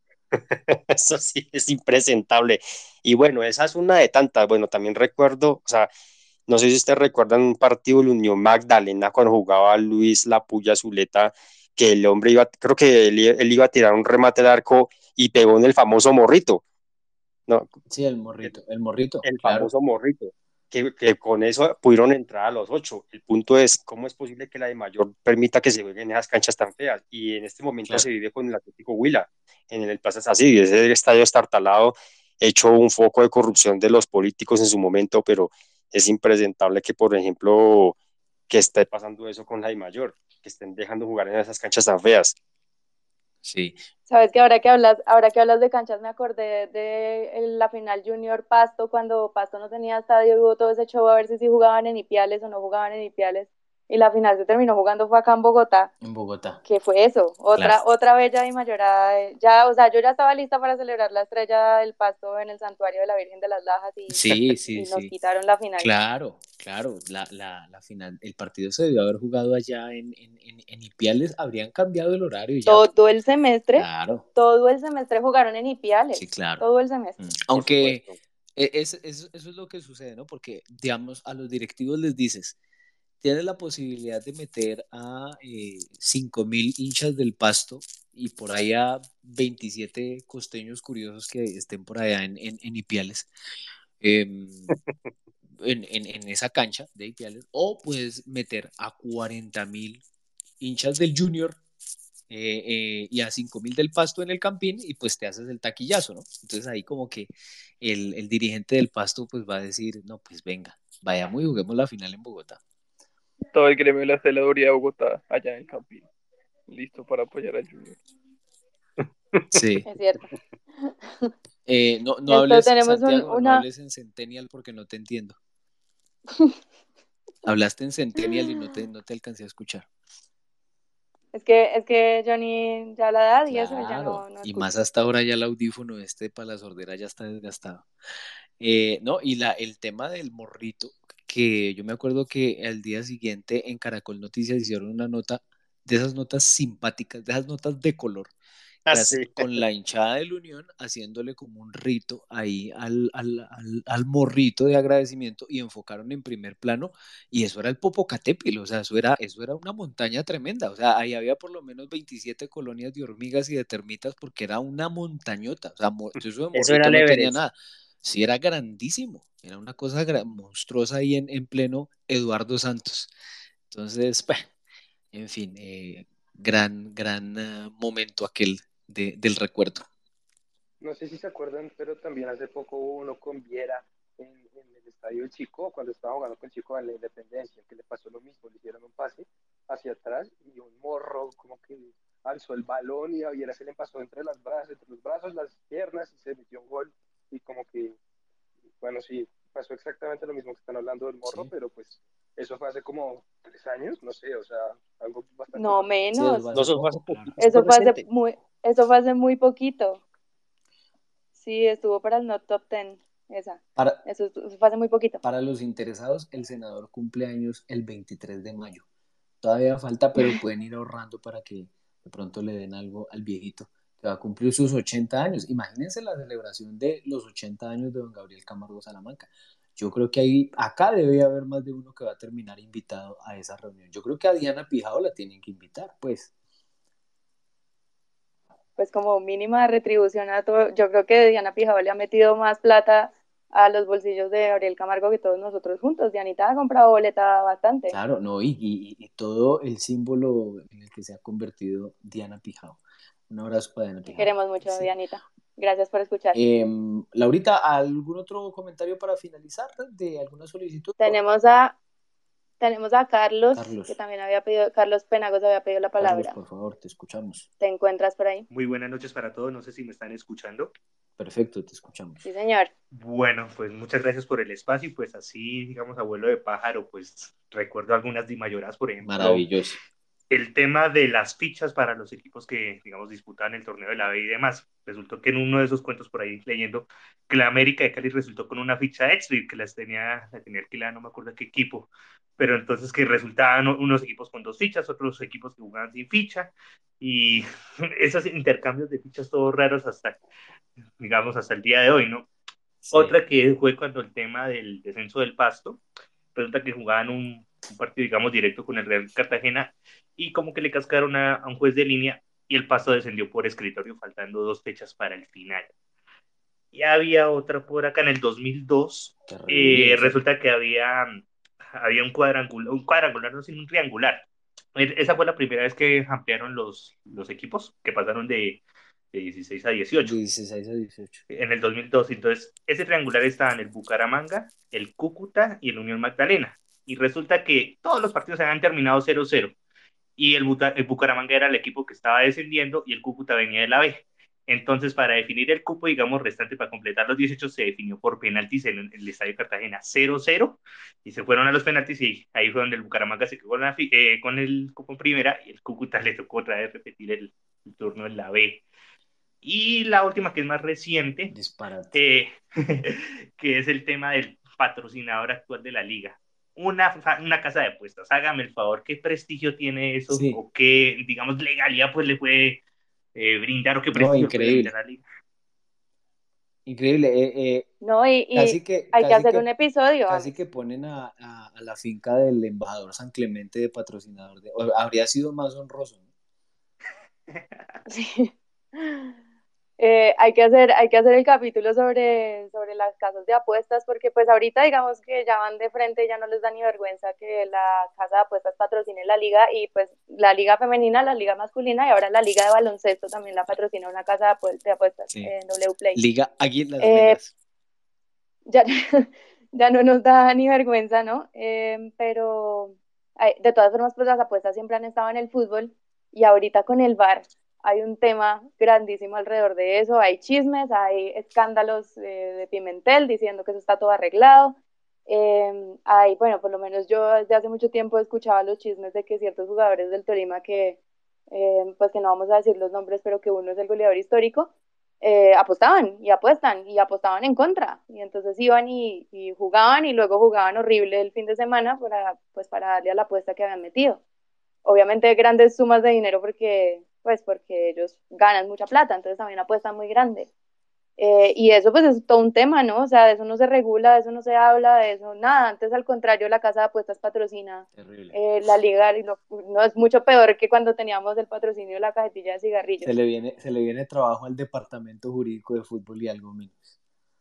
eso sí es impresentable. Y bueno, esa es una de tantas. Bueno, también recuerdo, o sea, no sé si ustedes recuerdan un partido de la Unión Magdalena cuando jugaba Luis La Puya Zuleta, que el hombre iba, creo que él iba a tirar un remate al arco y pegó en el famoso morrito, ¿no? Sí, el morrito, El claro. famoso morrito, que con eso pudieron entrar a los 8. El punto es, ¿cómo es posible que la de Mayor permita que se jueguen en esas canchas tan feas? Y en este momento se Claro. vive con el Atlético Huila, en el Plaza Así, ese estadio estartalado, hecho un foco de corrupción de los políticos en su momento, pero es impresentable que, por ejemplo, que esté pasando eso con la de Mayor, que estén dejando jugar en esas canchas tan feas. Sí. Sabes que ahora que hablas de canchas, me acordé de la final Junior Pasto, cuando Pasto no tenía estadio y hubo todo ese show a ver si jugaban en Ipiales o no jugaban en Ipiales. Y la final se terminó jugando fue acá en Bogotá. En Bogotá, ¿Qué fue eso? claro. Otra bella y mayorada. Ya, o sea, yo ya estaba lista para celebrar la estrella del Pasto en el santuario de la Virgen de las Lajas Sí, y nos sí. quitaron la final. Claro. La final, el partido se debió haber jugado allá en Ipiales, habrían cambiado el horario ya. Todo el semestre, Claro, todo el semestre jugaron en Ipiales. sí, claro. Todo el semestre. Por Aunque supuesto. eso es lo que sucede, ¿no? Porque, digamos, a los directivos les dices, tienes la posibilidad de meter a 5.000 hinchas del Pasto y por ahí a 27 costeños curiosos que estén por allá en Ipiales, em, en esa cancha de Ipiales, o puedes meter a 40.000 hinchas del Junior y a 5.000 del Pasto en el Campín y pues te haces el taquillazo, ¿no? Entonces ahí como que el dirigente del Pasto pues va a decir, no, pues venga, vayamos y juguemos la final en Bogotá. Todo el gremio de la celaduría de Bogotá, allá en el Campín, listo para apoyar al Junior. Sí. Es cierto. No Esto hables, tenemos Santiago, no una... hables en Centennial porque no te entiendo. Hablaste en Centennial y no te alcancé a escuchar. Es que Johnny ya la edad y eso, él ya Claro, no y escucha. más hasta ahora ya el audífono para la sordera ya está desgastado. No, y el tema del morrito, que yo me acuerdo que al día siguiente en Caracol Noticias hicieron una nota de esas notas simpáticas, de esas notas de color, Ah, sí. con la hinchada del Unión haciéndole como un rito ahí al morrito de agradecimiento y enfocaron en primer plano y eso era el Popocatépetl, o sea, eso era una montaña tremenda, o sea, ahí había por lo menos 27 colonias de hormigas y de termitas porque era una montañota, o sea, eso de Eso era morrito el no tenía Everest. nada, sí era grandísimo, era una cosa monstruosa ahí en pleno Eduardo Santos. Entonces, bah, en fin, gran momento aquel del recuerdo. No sé si se acuerdan, pero también hace poco hubo uno con Viera en el estadio Chico, cuando estaba jugando con Chico en la Independencia, que le pasó lo mismo, le hicieron un pase hacia atrás y un morro como que alzó el balón y a Viera se le pasó entre los brazos, las piernas y se metió un gol y como que, bueno, sí, pasó exactamente lo mismo que están hablando del morro, Sí, pero pues eso fue hace como 3 años, no sé, o sea, algo bastante No poquito. sí, eso fue menos. No, hace eso fue hace poco, claro. poquito, eso fue reciente. Eso fue hace muy poquito. Sí, estuvo para el Not Top Ten, esa. Para, Eso fue hace muy poquito. para los interesados, el senador cumple años el 23 de mayo. Todavía falta, pero pueden ir ahorrando para que de pronto le den algo al viejito que va a cumplir sus 80 años. Imagínense la celebración de los 80 años de don Gabriel Camargo Salamanca. Yo creo que acá debe haber más de uno que va a terminar invitado a esa reunión. Yo creo que a Diana Pijado la tienen que invitar, pues. Pues como mínima retribución a todo. Yo creo que Diana Pijao le ha metido más plata a los bolsillos de Gabriel Camargo que todos nosotros juntos. Dianita ha comprado boleta bastante. Claro, no, y todo el símbolo en el que se ha convertido Diana Pijao. Un abrazo para Diana Te Pijao. queremos mucho, Sí. Dianita. Gracias por escuchar. Laurita, ¿algún otro comentario para finalizar de alguna solicitud? Tenemos a Carlos, Carlos. que también había pedido, Carlos Penagos había pedido la Carlos, palabra. por favor, te escuchamos. ¿Te encuentras por ahí? Muy buenas noches para todos, no sé si me están escuchando. Perfecto, te escuchamos. Sí, señor. Bueno, pues muchas gracias por el espacio y pues así, digamos, abuelo de pájaro, pues recuerdo algunas dimayoras, por ejemplo, Maravilloso. el tema de las fichas para los equipos que, digamos, disputan el torneo de la B y demás. Resultó que en uno de esos cuentos por ahí leyendo que la América de Cali resultó con una ficha extra y que la tenía alquilada, no me acuerdo qué equipo, pero entonces que resultaban unos equipos con 2 fichas, otros equipos que jugaban sin ficha y esos intercambios de fichas todos raros hasta, digamos, hasta el día de hoy, ¿no? Sí. Otra que fue cuando el tema del descenso del Pasto, resulta que jugaban un partido, digamos, directo con el Real Cartagena y como que le cascaron a un juez de línea y el Pasto descendió por escritorio faltando 2 fechas para el final. Y había otra por acá en el 2002, Terrible eso. resulta que había un cuadrangular, no, sino un triangular. Esa fue la primera vez que ampliaron los equipos, que pasaron de 16 a 18 16 a 18. en el 2002. Entonces, ese triangular estaba en el Bucaramanga, el Cúcuta y el Unión Magdalena. Y resulta que todos los partidos habían terminado 0-0. Y el Bucaramanga era el equipo que estaba descendiendo y el Cúcuta venía de la B. Entonces, para definir el cupo, digamos, restante para completar los 18, se definió por penaltis en el Estadio Cartagena 0-0 y se fueron a los penaltis y ahí fue donde el Bucaramanga se quedó con el cupo en primera y el Cúcuta le tocó otra vez repetir el turno en la B. Y la última, que es más reciente, Disparate. que es el tema del patrocinador actual de la liga. Una casa de apuestas, hágame el favor, ¿qué prestigio tiene eso? Sí. ¿O qué, digamos, legalidad pues le puede brindar o qué No, prestigio puede increíble. brindar a la liga? Increíble. No, y Casi que, hay que casi hacer que, un episodio, casi Amis. que ponen a la finca del embajador San Clemente de patrocinador. Habría sido más honroso, ¿no? Sí. Hay que hacer el capítulo sobre las casas de apuestas, porque pues ahorita digamos que ya van de frente, ya no les da ni vergüenza que la casa de apuestas patrocine la liga, y pues la liga femenina, la liga masculina, y ahora la liga de baloncesto también la patrocina una casa de apuestas, Sí. W Play. Liga Águilas Eh, Negras. ya, ya no nos da ni vergüenza, ¿no? Pero de todas formas, pues las apuestas siempre han estado en el fútbol, y ahorita con el VAR hay un tema grandísimo alrededor de eso, hay chismes, hay escándalos de Pimentel diciendo que eso está todo arreglado. Bueno, por lo menos yo desde hace mucho tiempo escuchaba los chismes de que ciertos jugadores del Tolima, pues que no vamos a decir los nombres, pero que uno es el goleador histórico, apostaban y apuestan y apostaban en contra, y entonces iban y jugaban, y luego jugaban horrible el fin de semana para darle a la apuesta que habían metido. Obviamente grandes sumas de dinero, porque ellos ganan mucha plata, entonces también apuestan muy grande. Y eso pues es todo un tema, ¿no? O sea, de eso no se regula, de eso no se habla, de eso nada. Antes, al contrario, la casa de apuestas patrocina la liga, y no es mucho peor que cuando teníamos el patrocinio de la cajetilla de cigarrillos. Se le viene trabajo al departamento jurídico de fútbol y algo menos.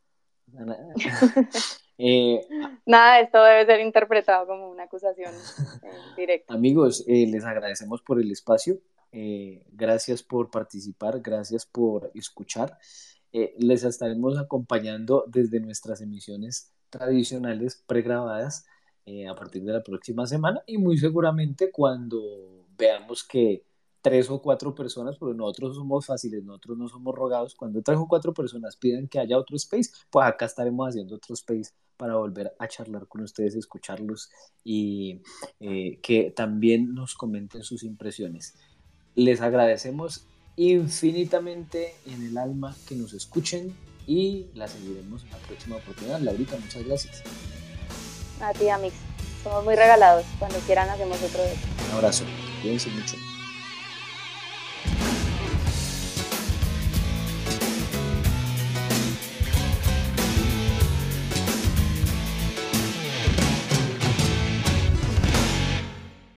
Nada, esto debe ser interpretado como una acusación directa. Amigos, les agradecemos por el espacio, gracias por participar, gracias por escuchar. Les estaremos acompañando desde nuestras emisiones tradicionales pregrabadas a partir de la próxima semana, y muy seguramente cuando veamos que 3 o 4 personas, porque nosotros somos fáciles, nosotros no somos rogados, cuando 3 o 4 personas piden que haya otro space, pues acá estaremos haciendo otro space para volver a charlar con ustedes, escucharlos y que también nos comenten sus impresiones. Les agradecemos infinitamente en el alma que nos escuchen, y la seguiremos en la próxima oportunidad. Laurita, muchas gracias. A ti, Amix. Somos muy regalados. Cuando quieran hacemos otro de esto. Un abrazo. Cuídense mucho.